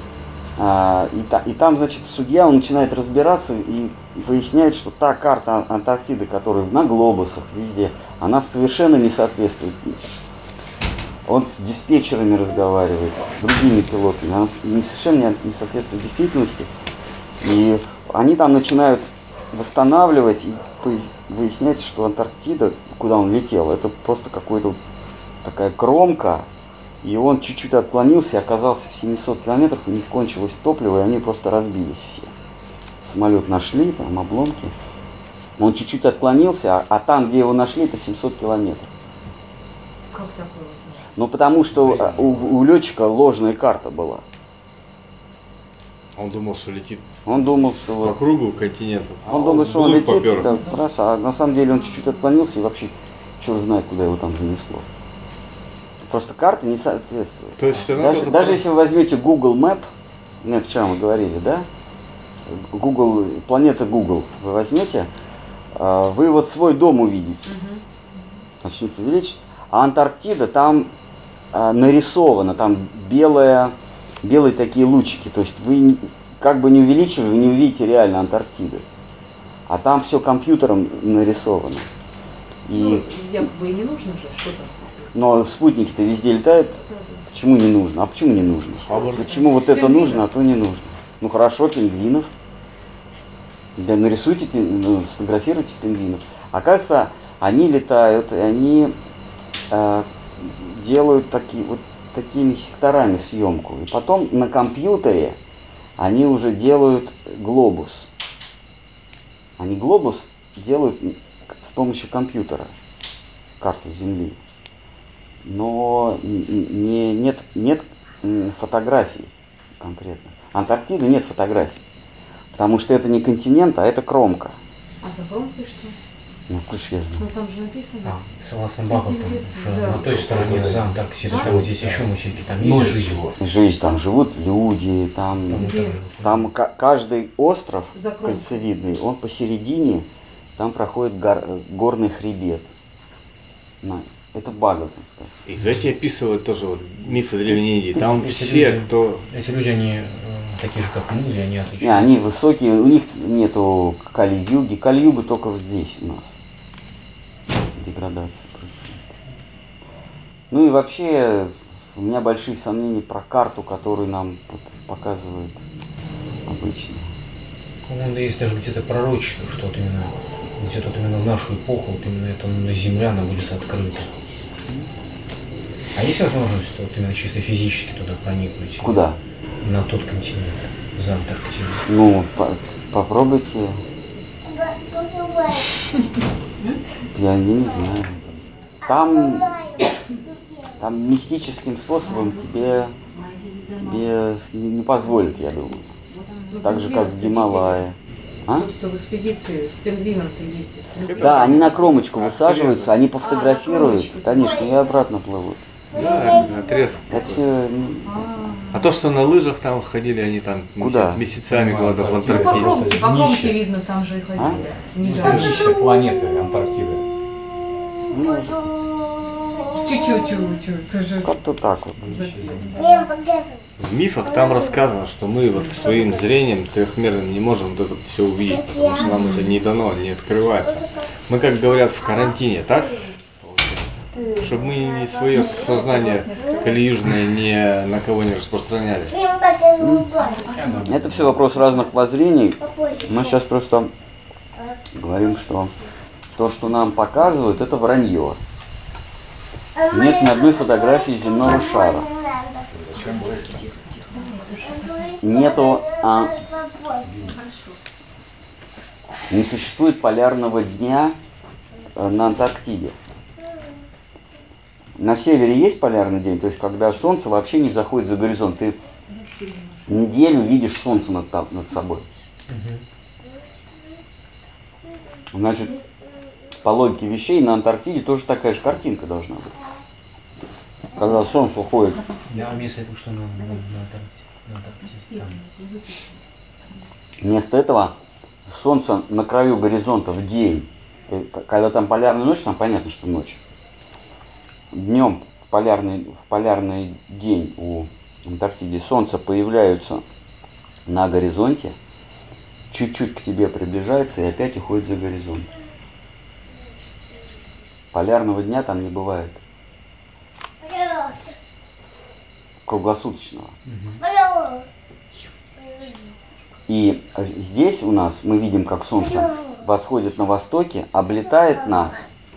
И там, значит, судья, он начинает разбираться и выясняет, что та карта Антарктиды, которая на глобусах везде, она совершенно не соответствует. Он с диспетчерами разговаривает, с другими пилотами, она совершенно не соответствует действительности. И они там начинают восстанавливать и выясняется, что Антарктида, куда он летел, это просто какая-то такая кромка, и он чуть-чуть отклонился и оказался в 700 километрах, у них кончилось топливо, и они просто разбились все. Самолет нашли, там обломки. Он чуть-чуть отклонился, а там, где его нашли, это 700 километров. Как такое? Ну, потому что у летчика ложная карта была. Он думал, что летит по кругу континента. Он думал, что он летит, а на самом деле он чуть-чуть отклонился и вообще черт знает, куда его там занесло. Просто карта не соответствует. То есть, даже если вы возьмете Google Map, вчера мы говорили, да? Планета Google вы возьмете, вы вот свой дом увидите. Начнете увеличить. А Антарктида там нарисована, там белые такие лучики. То есть вы как бы не увеличивали, вы не увидите реально Антарктиды. А там все компьютером нарисовано. Якобы и не нужно же что-то. Но спутники-то везде летают. Почему не нужно? А почему не нужно? Почему вот это нужно, а то не нужно? Ну хорошо, пингвинов. Да нарисуйте, сфотографируйте пингвинов. Оказывается, они летают, и они делают такими секторами съемку. И потом на компьютере они уже делают глобус. Они глобус делают с помощью компьютера, карту Земли. Но нет фотографий конкретно. Антарктиды нет фотографий. Потому что это не континент, а это кромка. А за кромкой что? Ну, конечно, я знаю. Ну, там же написано. Согласно Баху, на той стороне за Антарктидой, там здесь еще мультики, там есть жизнь. Жизнь, там живут люди, там каждый остров кольцевидный, он посередине, там проходит горный хребет. Это в Бхагаватам сказано. И эти описывают тоже мифы Древней Индии. Там все, кто... Эти люди, они такие же, как мы, или они отличаются? Не, они высокие, у них нету Кали-юги. Кали-юга только здесь у нас. Деградация происходит. Ну и вообще, у меня большие сомнения про карту, которую нам показывают обычно. Ну, есть даже где-то пророчество, что вот именно где-то вот именно в нашу эпоху, вот именно эта Земля, она будет открыта. А есть возможность вот именно чисто физически туда проникнуть? Куда? На тот континент, за Антарктиду. Ну, попробуйте. Я не знаю. Там мистическим способом тебе не позволят, я думаю. Так же, как в Гималае. Кто в экспедиции к пингвинам-то ездит. Да, они на кромочку высаживаются, они пофотографируют, конечно, и обратно плывут. Да, отрезок. А то, что на лыжах там ходили, они там месяцами куда-то в Антарктиде. По кромке видно, там же и ходили. Днище планеты Антарктиды. Чуть-чуть. Как-то так вот. В мифах там рассказано, что мы вот своим зрением трехмерным не можем вот это все увидеть, потому что нам это не дано, не открывается. Мы, как говорят, в карантине, так? Чтобы мы свое сознание калиюжное ни на кого не распространяли. Это все вопрос разных воззрений. Мы сейчас просто говорим, что то, что нам показывают, это вранье. Нет ни одной фотографии земного шара. Зачем врать? Нету, не существует полярного дня на Антарктиде. На севере есть полярный день, то есть когда солнце вообще не заходит за горизонт. Ты неделю видишь солнце над собой. Значит, по логике вещей на Антарктиде тоже такая же картинка должна быть. Когда солнце уходит. Я имею в виду, что на Антарктиде там. Вместо этого солнце на краю горизонта в день. Когда там полярная ночь, там понятно, что ночь. Днем в полярный день у Антарктиды солнце появляется на горизонте, чуть-чуть к тебе приближается и опять уходит за горизонт. Полярного дня там не бывает. Круглосуточного. И здесь у нас мы видим, как солнце восходит на востоке, облетает нас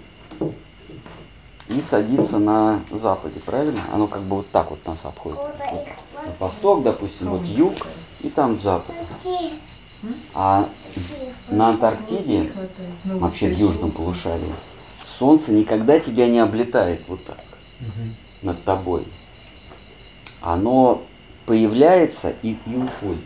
и садится на западе, правильно? Оно как бы вот так вот нас обходит. Вот восток, допустим, вот юг, и там запад. А на Антарктиде, вообще в южном полушарии, солнце никогда тебя не облетает вот так над тобой. Оно появляется и уходит.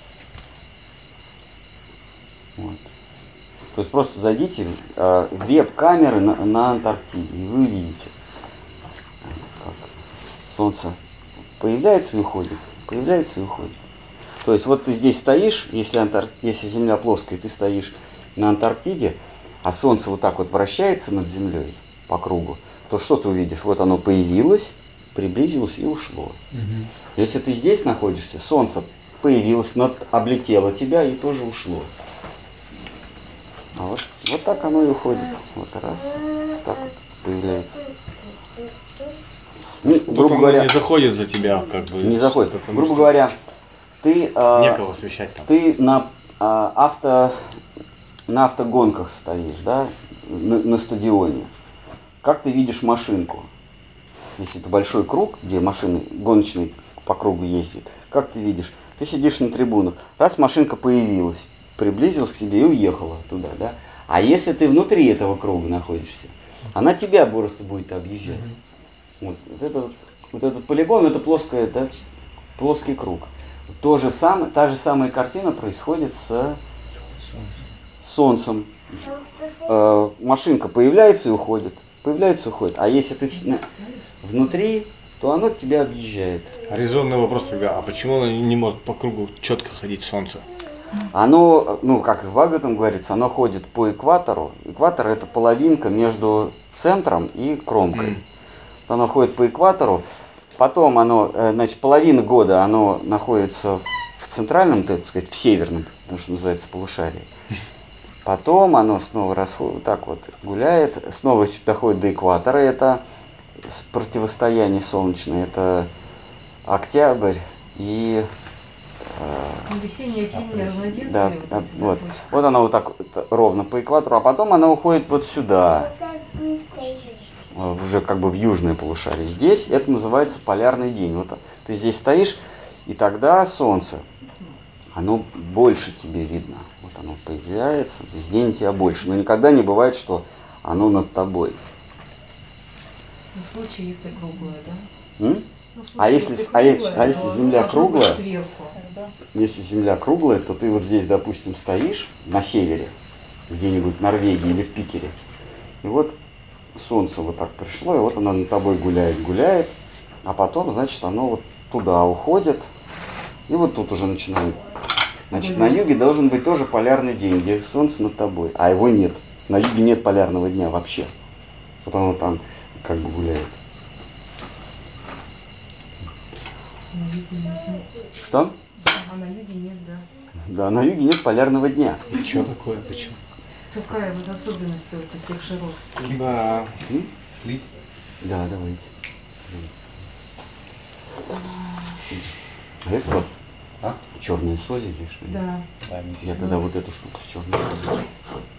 Вот. То есть просто зайдите в веб-камеры на Антарктиде, и вы увидите, как солнце появляется и уходит, появляется и уходит. То есть вот ты здесь стоишь, если Земля плоская, ты стоишь на Антарктиде, а солнце вот так вот вращается над Землей по кругу, то что ты увидишь? Вот оно появилось, приблизилось и ушло. Если ты здесь находишься, солнце появилось, но облетело тебя и тоже ушло. А вот так оно и уходит. Вот раз, так вот появляется. Ну, грубо говоря, не заходит за тебя, как бы. Не заходит. Грубо говоря, ты, некого освещать там. Ты на автогонках стоишь, да, на стадионе. Как ты видишь машинку? Если это большой круг, где машины гоночные по кругу ездят, как ты видишь? Ты сидишь на трибунах, раз машинка появилась, приблизилась к тебе и уехала туда, да? А если ты внутри этого круга находишься, она тебя просто будет объезжать. Вот этот полигон, это плоский круг. Та же самая картина происходит с Солнцем. Машинка появляется и уходит. Появляется и уходит. А если ты внутри, то оно тебя объезжает. Резонный вопрос тогда, а почему оно не может по кругу четко ходить Солнце? Оно, как в Бхагаватам говорится, оно ходит по экватору. Экватор – это половинка между центром и кромкой. Оно ходит по экватору. Потом оно, половина года оно находится в центральном, так сказать, в северном, потому что называется полушарие. Потом оно снова так вот гуляет, снова доходит до экватора. Это противостояние солнечное, это октябрь и весеннее, осеннее равноденствие. да, вот оно вот так ровно по экватору, а потом оно уходит вот сюда, уже как бы в южное полушарие. Здесь это называется полярный день. Вот ты здесь стоишь, и тогда солнце, оно больше тебе видно. Вот оно появляется, то есть день тебя больше. Но никогда не бывает, что оно над тобой. В случае, если круглое, да? А если Земля круглая, если Земля круглая, то ты вот здесь, допустим, стоишь на севере, где-нибудь в Норвегии или в Питере, и вот солнце вот так пришло, и вот оно над тобой гуляет, а потом, значит, оно вот туда уходит, и вот тут уже начинает. Значит, на юге должен быть тоже полярный день, где солнце над тобой, а его нет. На юге нет полярного дня вообще. Вот оно там как бы гуляет. Что? А на юге нет, да. Да, на юге нет полярного дня. Что такое? Почему? Такая вот особенность только тех широт. Да. Слить. Да, давайте. А это просто черная соль или что? Да. Да, Я тогда вот эту штуку с черной солью.